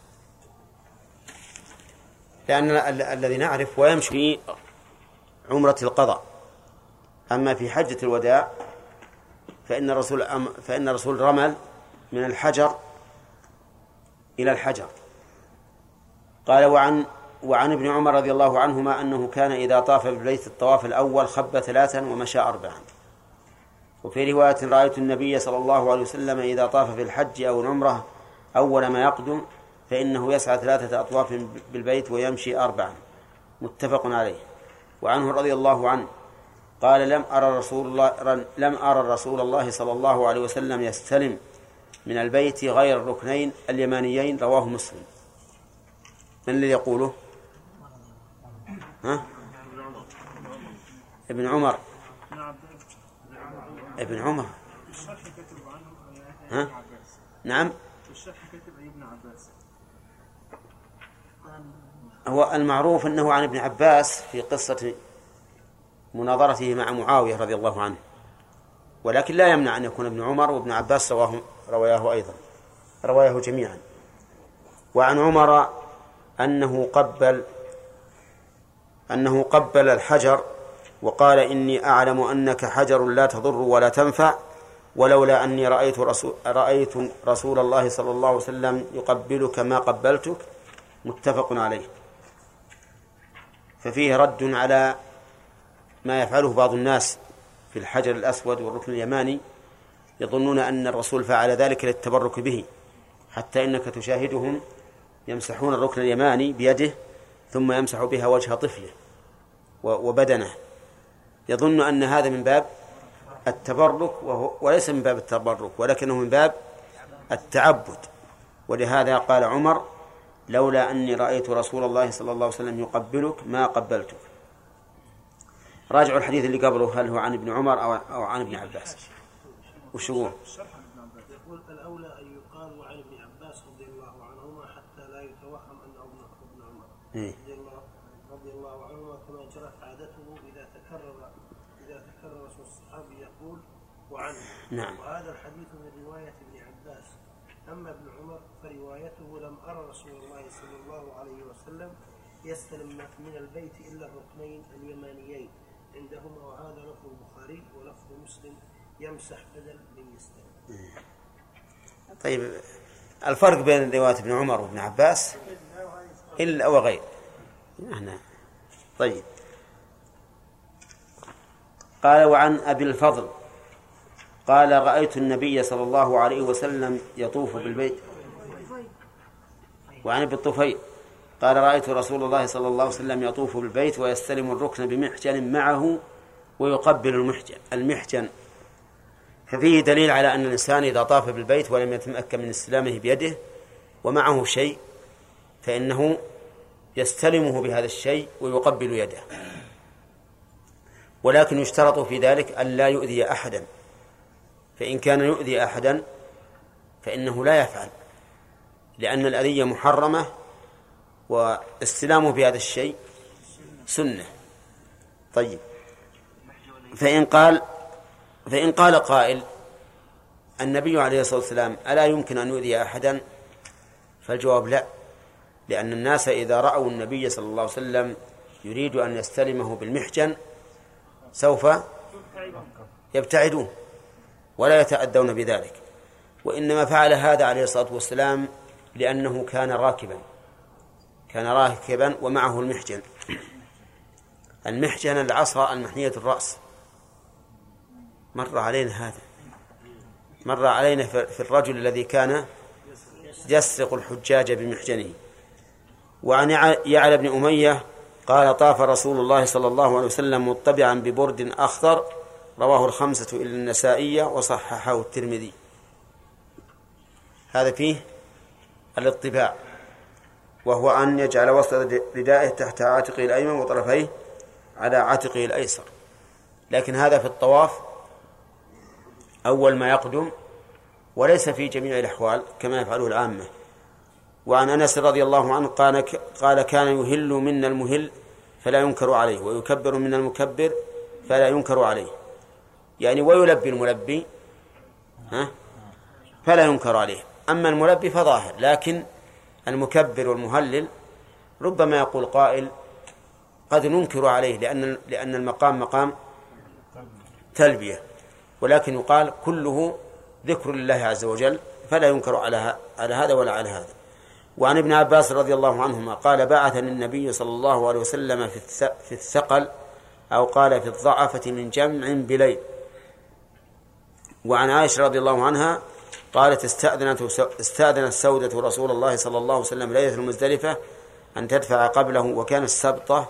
لأن الذي نعرف ويمشي في عمرة القضاء. أما في حجة الوداع فإن الرسول رمل من الحجر إلى الحجر. قال وعن ابن عمر رضي الله عنهما أنه كان إذا طاف بالبيت الطواف الأول خب 3 ومشى 4. وفي رواية رأيت النبي صلى الله عليه وسلم إذا طاف في الحج أو العمرة أول ما يقدم فإنه يسعى 3 أطواف بالبيت ويمشي 4، متفق عليه. وعنه رضي الله عنه قال لم أرى رسول الله صلى الله عليه وسلم يستلم من البيت غير الركنين اليمانيين، رواه مسلم. من الذي يقوله؟ ابن عمر. نعم، هو المعروف أنه عن ابن عباس في قصة مناظرته مع معاوية رضي الله عنه، ولكن لا يمنع أن يكون ابن عمر وابن عباس رواه أيضا، رواه جميعا. وعن عمر أنه قبل الحجر وقال إني أعلم أنك حجر لا تضر ولا تنفع، ولولا أني رأيت رسول الله صلى الله عليه وسلم يقبلك ما قبلتك، متفق عليه. ففيه رد على ما يفعله بعض الناس في الحجر الأسود والركن اليماني، يظنون أن الرسول فعل ذلك للتبرك به، حتى إنك تشاهدهم يمسحون الركن اليماني بيده ثم يمسح بها وجه طفله وبدنه، يظن أن هذا من باب التبرك، وليس من باب التبرك ولكنه من باب التعبد. ولهذا قال عمر لولا أني رأيت رسول الله صلى الله عليه وسلم يقبلك ما قبلتك. راجعوا الحديث اللي قبله، هل هو عن ابن عمر أو عن ابن عباس؟ وش هو؟ يقول الأولى أن يقال وعن ابن عباس رضي الله عنهما حتى لا يتوهم أنه ابن عمر رضي الله عنهما، كما جرت عادته إذا تكرر اسم الصحابي يقول وعنه. نعم. وهذا الحديث من رواية ابن عباس. أما ابن عمر فروايته لم أرى رسول الله صلى الله عليه وسلم يستلم من البيت إلا الركنين اليمانيين عندهما، وهذا لفظ البخاري، ولفظ مسلم يمسح بدل من يستلم. طيب الفرق بين رواية ابن عمر وابن عباس إلا وغير هنا. طيب قال وعن أبي الفضل قال رأيت النبي صلى الله عليه وسلم يطوف بالبيت. وعن ابي الطفيل قال رأيت رسول الله صلى الله عليه وسلم يطوف بالبيت ويستلم الركن بمحجن معه ويقبل المحجن. ففيه دليل على أن الإنسان إذا طاف بالبيت ولم يتمكن من استلامه بيده ومعه شيء فإنه يستلمه بهذا الشيء ويقبل يده، ولكن يشترط في ذلك أن لا يؤذي أحدا، فإن كان يؤذي أحدا فإنه لا يفعل، لأن الأذية محرمة واستلامه بهذا الشيء سنة. طيب فإن قال قائل النبي عليه الصلاة والسلام ألا يمكن أن يؤذي أحدا؟ فالجواب لا، لأن الناس إذا رأوا النبي صلى الله عليه وسلم يريد أن يستلمه بالمحجن سوف يبتعدون ولا يتأذون بذلك، وإنما فعل هذا عليه الصلاة والسلام لأنه كان راكبا ومعه المحجن العصا المحنية الرأس. مر علينا في الرجل الذي كان يسرق الحجاج بمحجنه. وعن يعلى بن أمية قال طاف رسول الله صلى الله عليه وسلم مطبعا ببرد أخضر، رواه الخمسة إلا النسائية وصححه الترمذي. هذا فيه الاطباع، وهو أن يجعل وسط ردائه تحت عاتقه الأيمن وطرفيه على عاتقه الأيسر، لكن هذا في الطواف أول ما يقدم وليس في جميع الأحوال كما يفعله العامة. وعن أنس رضي الله عنه قال كان يهل منا المهل فلا ينكر عليه، ويكبر منا المكبر فلا ينكر عليه، يعني ويلبي الملبي فلا ينكر عليه. أما الملبي فظاهر، لكن المكبر والمهلل ربما يقول قائل قد ننكر عليه لأن المقام مقام تلبية، ولكن يقال كله ذكر لله عز وجل فلا ينكر على هذا ولا على هذا. وعن ابن عباس رضي الله عنهما قال بعثني النبي صلى الله عليه وسلم في الثقل أو قال في الضعفة من جمع بليل. وعن عائشة رضي الله عنها قالت استأذنت سودة رسول الله صلى الله عليه وسلم ليلة المزدلفة أن تدفع قبله، وكان السبطة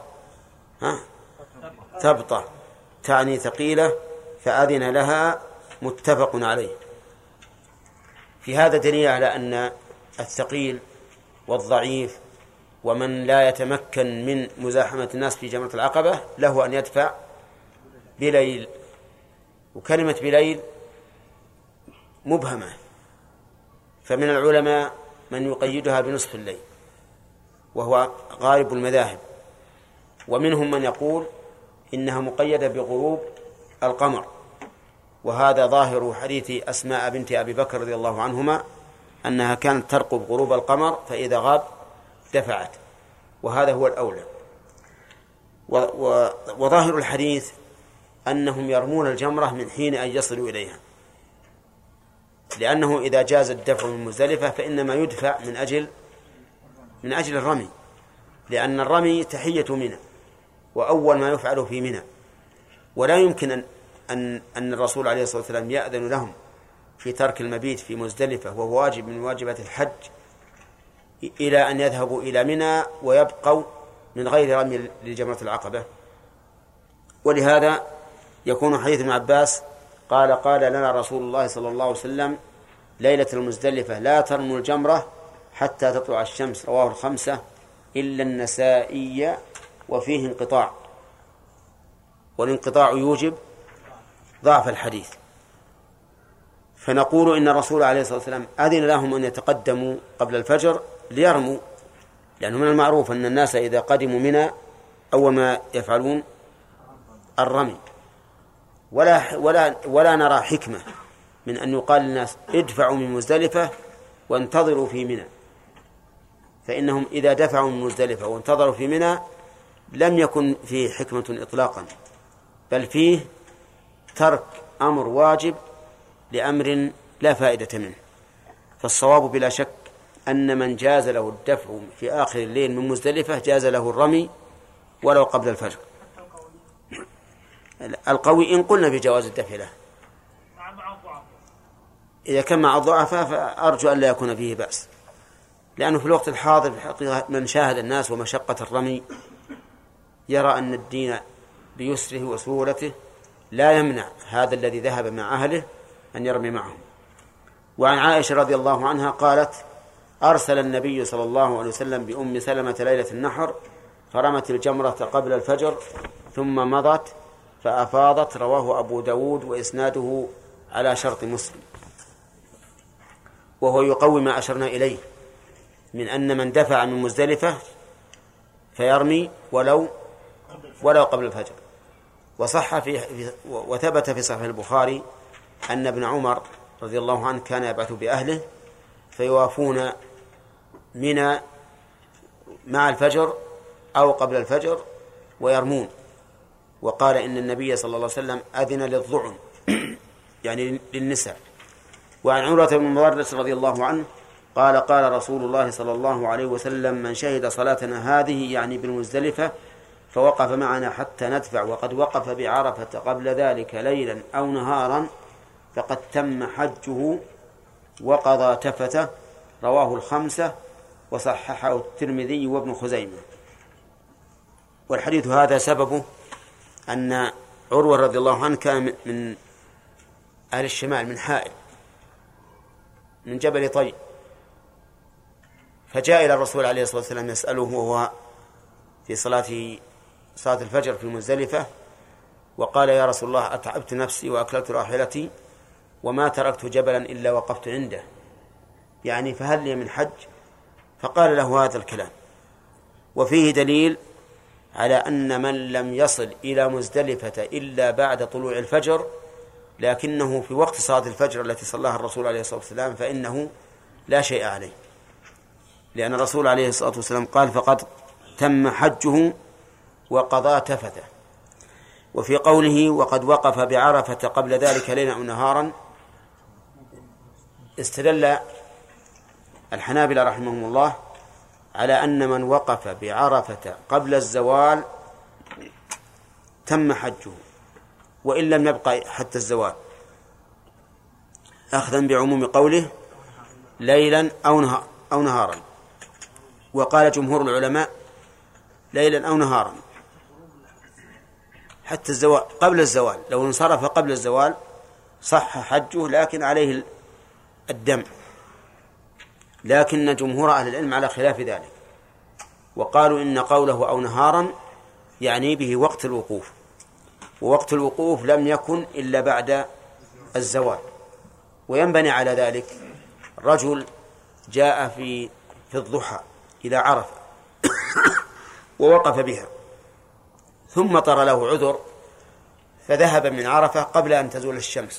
ثبطة تعني ثقيلة فأذن لها، متفق عليه. في هذا دليل على أن الثقيل والضعيف ومن لا يتمكن من مزاحمة الناس في جمرة العقبة له أن يدفع بليل. وكلمة بليل مبهمة، فمن العلماء من يقيدها بنصف الليل وهو غالب المذاهب، ومنهم من يقول إنها مقيدة بغروب القمر، وهذا ظاهر حديث أسماء بنت أبي بكر رضي الله عنهما أنها كانت ترقب غروب القمر فإذا غاب دفعت، وهذا هو الأولى. وظاهر الحديث أنهم يرمون الجمرة من حين أن يصلوا إليها، لأنه إذا جاز الدفع من مزدلفة فإنما يدفع من أجل الرمي، لأن الرمي تحية منى وأول ما يفعل في منى، ولا يمكن أن الرسول عليه الصلاة والسلام يأذن لهم في ترك المبيت في مزدلفة وهو واجب من واجبات الحج إلى أن يذهبوا إلى منى ويبقوا من غير رمي لجمرة العقبة. ولهذا يكون حديث ابن عباس قال لنا رسول الله صلى الله عليه وسلم ليلة المزدلفة لا ترموا الجمرة حتى تطلع الشمس، رواه الخمسة إلا النسائية وفيه انقطاع. والانقطاع يوجب ضعف الحديث. فنقول إن الرسول عليه الصلاة والسلام أذن لهم أن يتقدموا قبل الفجر ليرموا، لأنه من المعروف أن الناس إذا قدموا منى أول ما يفعلون الرمي، ولا نرى حكمة من أن يقال للناس ادفعوا من مزدلفة وانتظروا في منى، فإنهم إذا دفعوا من مزدلفة وانتظروا في منى لم يكن فيه حكمة إطلاقا، بل فيه ترك أمر واجب لأمر لا فائدة منه. فالصواب بلا شك أن من جاز له الدفع في آخر الليل من مزدلفة جاز له الرمي ولو قبل الفجر. القوي إن قلنا بجواز الدفع له، إذا كان مع الضعفاء فأرجو أن لا يكون فيه بأس، لأنه في الوقت الحاضر في الحقيقة من شاهد الناس ومشقة الرمي يرى أن الدين بيسره وسهولته لا يمنع هذا الذي ذهب مع أهله أن يرمي معهم. وعن عائشة رضي الله عنها قالت: أرسل النبي صلى الله عليه وسلم بأم سلمة ليلة النحر فرمت الجمرة قبل الفجر ثم مضت فأفاضت. رواه أبو داود وإسناده على شرط مسلم. وهو يقوي ما أشرنا إليه من أن من دفع من مزدلفة فيرمي ولو قبل الفجر. وثبت في صحيح البخاري أن ابن عمر رضي الله عنه كان يبعث بأهله فيوافون منى مع الفجر أو قبل الفجر ويرمون. وقال إن النبي صلى الله عليه وسلم أذن للضعن يعني للنساء. وعن عروة بن المدرس رضي الله عنه قال: قال رسول الله صلى الله عليه وسلم: من شهد صلاتنا هذه يعني بالمزدلفة فوقف معنا حتى ندفع وقد وقف بعرفة قبل ذلك ليلا أو نهارا فقد تم حجه وقضى تفته. رواه الخمسة وصححه الترمذي وابن خزيمة. والحديث هذا سببه أن عروة رضي الله عنه كان من أهل الشمال من حائل من جبل طي، فجاء إلى الرسول عليه الصلاة والسلام يسأله وهو في صلاة الفجر في مزدلفة وقال: يا رسول الله أتعبت نفسي وأكلت راحلتي وما تركت جبلا إلا وقفت عنده، يعني فهل لي من حج؟ فقال له هذا الكلام. وفيه دليل على أن من لم يصل إلى مزدلفة إلا بعد طلوع الفجر لكنه في وقت صلاة الفجر التي صلاها الرسول عليه الصلاة والسلام فإنه لا شيء عليه، لأن الرسول عليه الصلاة والسلام قال: فقد تم حجه وقضى تفته. وفي قوله: وقد وقف بعرفة قبل ذلك ليلا أو نهارا، استدل الحنابلة رحمهم الله على أن من وقف بعرفة قبل الزوال تم حجه وإن لم يبقى حتى الزوال، أخذا بعموم قوله ليلا أو نهارا. وقال جمهور العلماء ليلا أو نهارا حتى الزوال قبل الزوال، لو انصرف قبل الزوال صح حجه لكن عليه الدم. لكن جمهور أهل العلم على خلاف ذلك، وقالوا إن قوله أو نهارا يعني به وقت الوقوف، ووقت الوقوف لم يكن إلا بعد الزوال. وينبني على ذلك رجل جاء في الضحى إلى عرفة ووقف بها ثم طر له عذر فذهب من عرفة قبل أن تزول الشمس،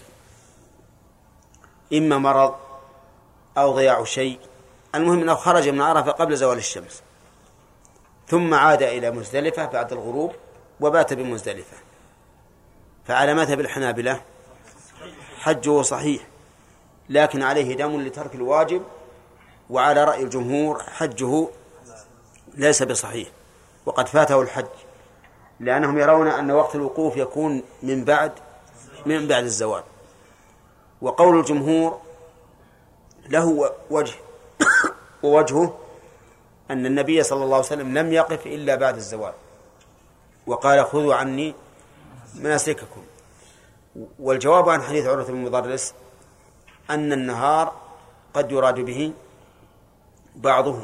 إما مرض أو ضياع شيء، المهم أنه خرج من عرفة قبل زوال الشمس ثم عاد إلى مزدلفة بعد الغروب وبات بمزدلفة، فعلى مذهب الحنابلة حجه صحيح لكن عليه دم لترك الواجب، وعلى رأي الجمهور حجه ليس بصحيح وقد فاته الحج، لأنهم يرون أن وقت الوقوف يكون من بعد الزوال. وقول الجمهور له وجه ووجهه أن النبي صلى الله عليه وسلم لم يقف إلا بعد الزوال وقال: خذوا عني مناسككم. والجواب عن حديث عروة بن المدرس أن النهار قد يراد به بعضه،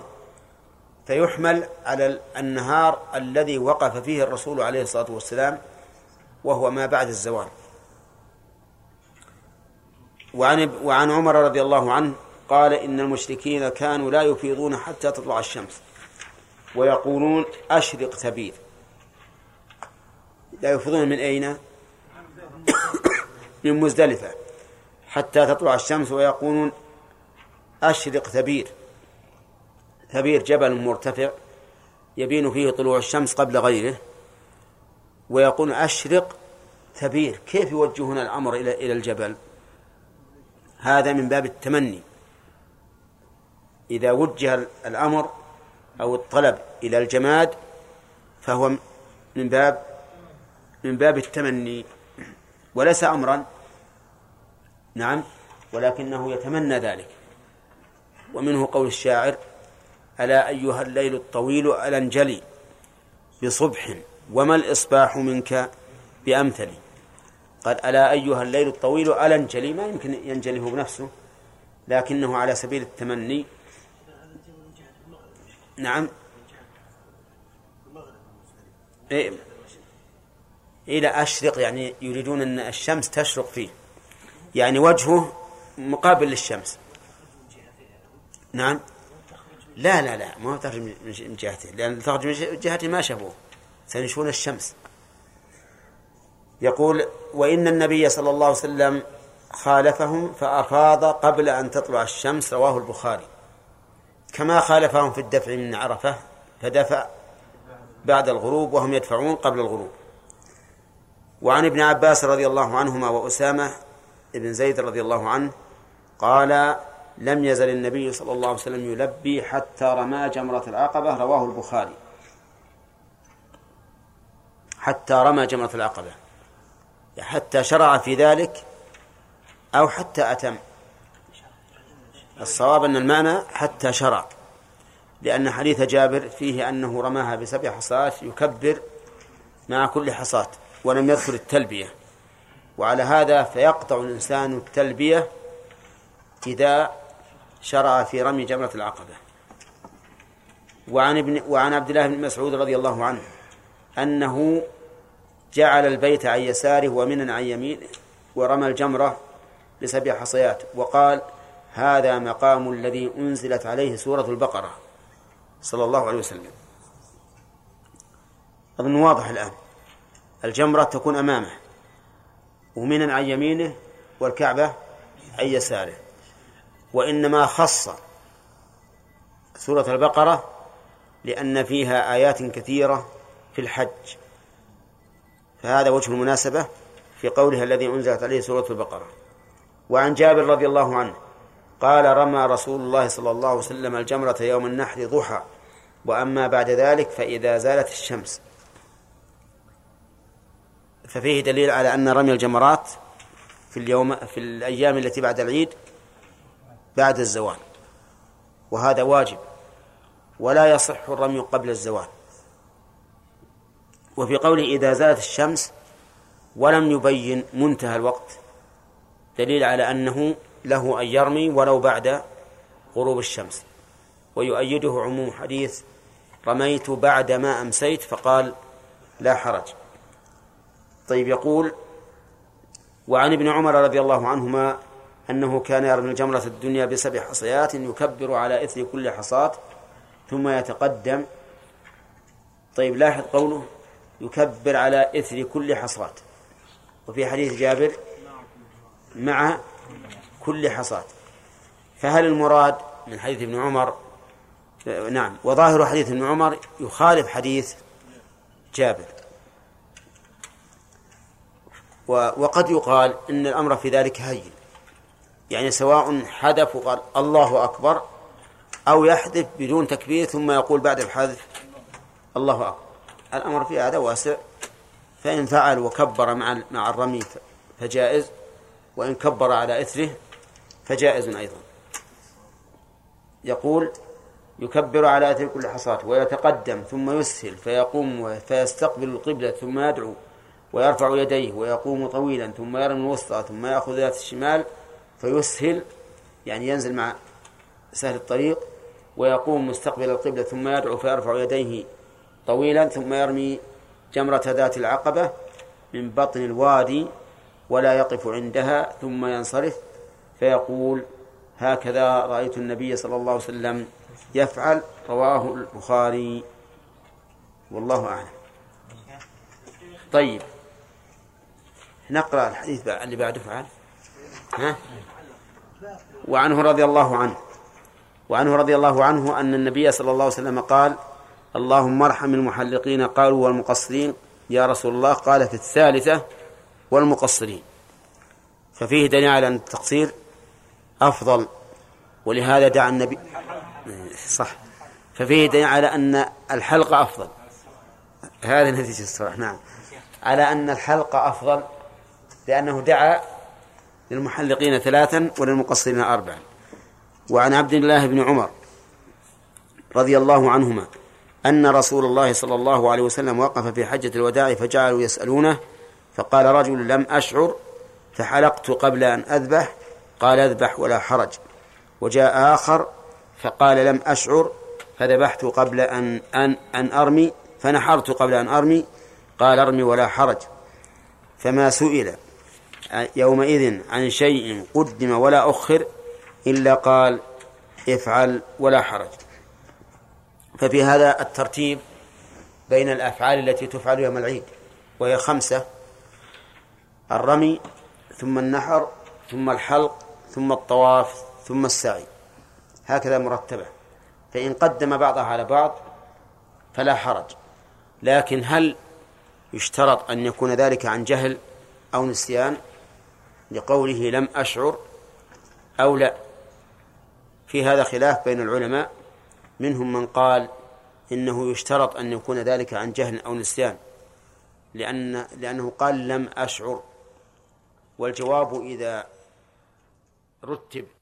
فيحمل على النهار الذي وقف فيه الرسول عليه الصلاة والسلام وهو ما بعد الزوال. وعن عمر رضي الله عنه قال إن المشركين كانوا لا يفيضون حتى تطلع الشمس ويقولون أشرق تبير. لا يفيضون من أين؟ من مزدلفة حتى تطلع الشمس ويقولون أشرق تبير. تبير جبل مرتفع يبين فيه طلوع الشمس قبل غيره، ويقول أشرق تبير. كيف يوجهون الأمر إلى الجبل؟ هذا من باب التمني. إذا وجه الأمر أو الطلب إلى الجماد فهو من باب التمني وليس أمرا. نعم، ولكنه يتمنى ذلك. ومنه قول الشاعر: ألا أيها الليل الطويل ألا انجلي بصبح وما الإصباح منك بأمثلي. قال: ألا أيها الليل الطويل ألا انجلي، ما يمكن ينجليه بنفسه، لكنه على سبيل التمني. نعم، إلى أشرق يعني يريدون أن الشمس تشرق فيه، يعني وجهه مقابل للشمس. نعم، لا ما تخرج من جهته، لأن تخرج من جهته ما شافوه، سينشون الشمس. يقول: وإن النبي صلى الله عليه وسلم خالفهم فأفاض قبل أن تطلع الشمس. رواه البخاري. كما خالفهم في الدفع من عرفة فدفع بعد الغروب وهم يدفعون قبل الغروب. وعن ابن عباس رضي الله عنهما وأسامة ابن زيد رضي الله عنه قال: لم يزل النبي صلى الله عليه وسلم يلبي حتى رمى جمرة العقبة. رواه البخاري. حتى رمى جمرة العقبة، حتى شرع في ذلك أو حتى أتم. الصواب أن المعنى حتى شرع، لأن حديث جابر فيه أنه رماها ب7 حصات يكبر مع كل حصاة، ولم يذكر التلبية. وعلى هذا فيقطع الإنسان التلبية إذا شرع في رمي جمرة العقبة. وعن عبد الله بن مسعود رضي الله عنه أنه جعل البيت عن يساره ومنى عن يمينه ورمى الجمرة ب7 حصيات، وقال: هذا مقام الذي أنزلت عليه سورة البقرة صلى الله عليه وسلم. أظن واضح الآن. الجمرة تكون أمامه ومنى عن يمينه والكعبة عن يساره. وإنما خص سورة البقرة لأن فيها آيات كثيرة في الحج، فهذا وجه المناسبة في قولها الذي أنزلت عليه سورة البقرة. وعن جابر رضي الله عنه قال: رمى رسول الله صلى الله عليه وسلم الجمرة يوم النحر ضحى، وأما بعد ذلك فإذا زالت الشمس. ففيه دليل على أن رمي الجمرات في الأيام التي بعد العيد بعد الزوال، وهذا واجب، ولا يصح الرمي قبل الزوال. وفي قوله إذا زالت الشمس ولم يبين منتهى الوقت دليل على أنه له أن يرمي ولو بعد غروب الشمس. ويؤيده عموم حديث: رميت بعد ما أمسيت، فقال: لا حرج. طيب، يقول: وعن ابن عمر رضي الله عنهما أنه كان يرمي الجمرة الدنيا ب7 حصيات يكبر على إثر كل حصاة ثم يتقدم. طيب، لاحظ قوله يكبر على إثر كل حصاة، وفي حديث جابر مع كل حصاة. فهل المراد من حديث ابن عمر؟ نعم، وظاهر حديث ابن عمر يخالف حديث جابر. وقد يقال إن الأمر في ذلك هين، يعني سواء حذف وقال الله أكبر أو يحذف بدون تكبير ثم يقول بعد الحذف الله أكبر. الأمر في هذا واسع، فإن فعل وكبر مع الرمي فجائز، وإن كبر على إثره فجائز أيضا. يقول: يكبر على إثر كل حصاة ويتقدم ثم يسهل فيقوم فيستقبل القبلة ثم يدعو ويرفع يديه ويقوم طويلا ثم يرمي الوسطى ثم يأخذ ذات الشمال فيسهل، يعني ينزل مع سهل الطريق، ويقوم مستقبل القبلة ثم يدعو فيرفع يديه طويلا ثم يرمي جمرة ذات العقبة من بطن الوادي ولا يقف عندها ثم ينصرف فيقول هكذا رأيت النبي صلى الله عليه وسلم يفعل. رواه البخاري والله أعلم. طيب نقرأ الحديث اللي بعده. فعل وعنه رضي الله عنه أن النبي صلى الله عليه وسلم قال اللهم ارحم المحلقين. قالوا والمقصرين يا رسول الله؟ قال في الثالثة والمقصرين. ففيه دليل على أن التقصير أفضل، ولهذا دعا النبي صح. ففيه دليل على أن الحلق أفضل. هذا نتيجة الصراحة. نعم، على أن الحلق أفضل لأنه دعا للمحلقين 3 وللمقصرين 4. وعن عبد الله بن عمر رضي الله عنهما أن رسول الله صلى الله عليه وسلم وقف في حجة الوداع فجعلوا يسألونه فقال رجل لم أشعر فحلقت قبل أن أذبح قال اذبح ولا حرج. وجاء آخر فقال لم أشعر فذبحت قبل أن أرمي فنحرت قبل أن أرمي قال ارمي ولا حرج. فما سئل يومئذ عن شيء قدم ولا أخر إلا قال افعل ولا حرج. ففي هذا الترتيب بين الأفعال التي تفعل يوم العيد، وهي 5: الرمي ثم النحر ثم الحلق ثم الطواف ثم السعي، هكذا مرتبة. فإن قدم بعضها على بعض فلا حرج. لكن هل يشترط أن يكون ذلك عن جهل أو نسيان لقوله لم أشعر أو لا؟ في هذا خلاف بين العلماء، منهم من قال إنه يشترط أن يكون ذلك عن جهل أو نسيان لأنه قال لم أشعر. والجواب إذا رتب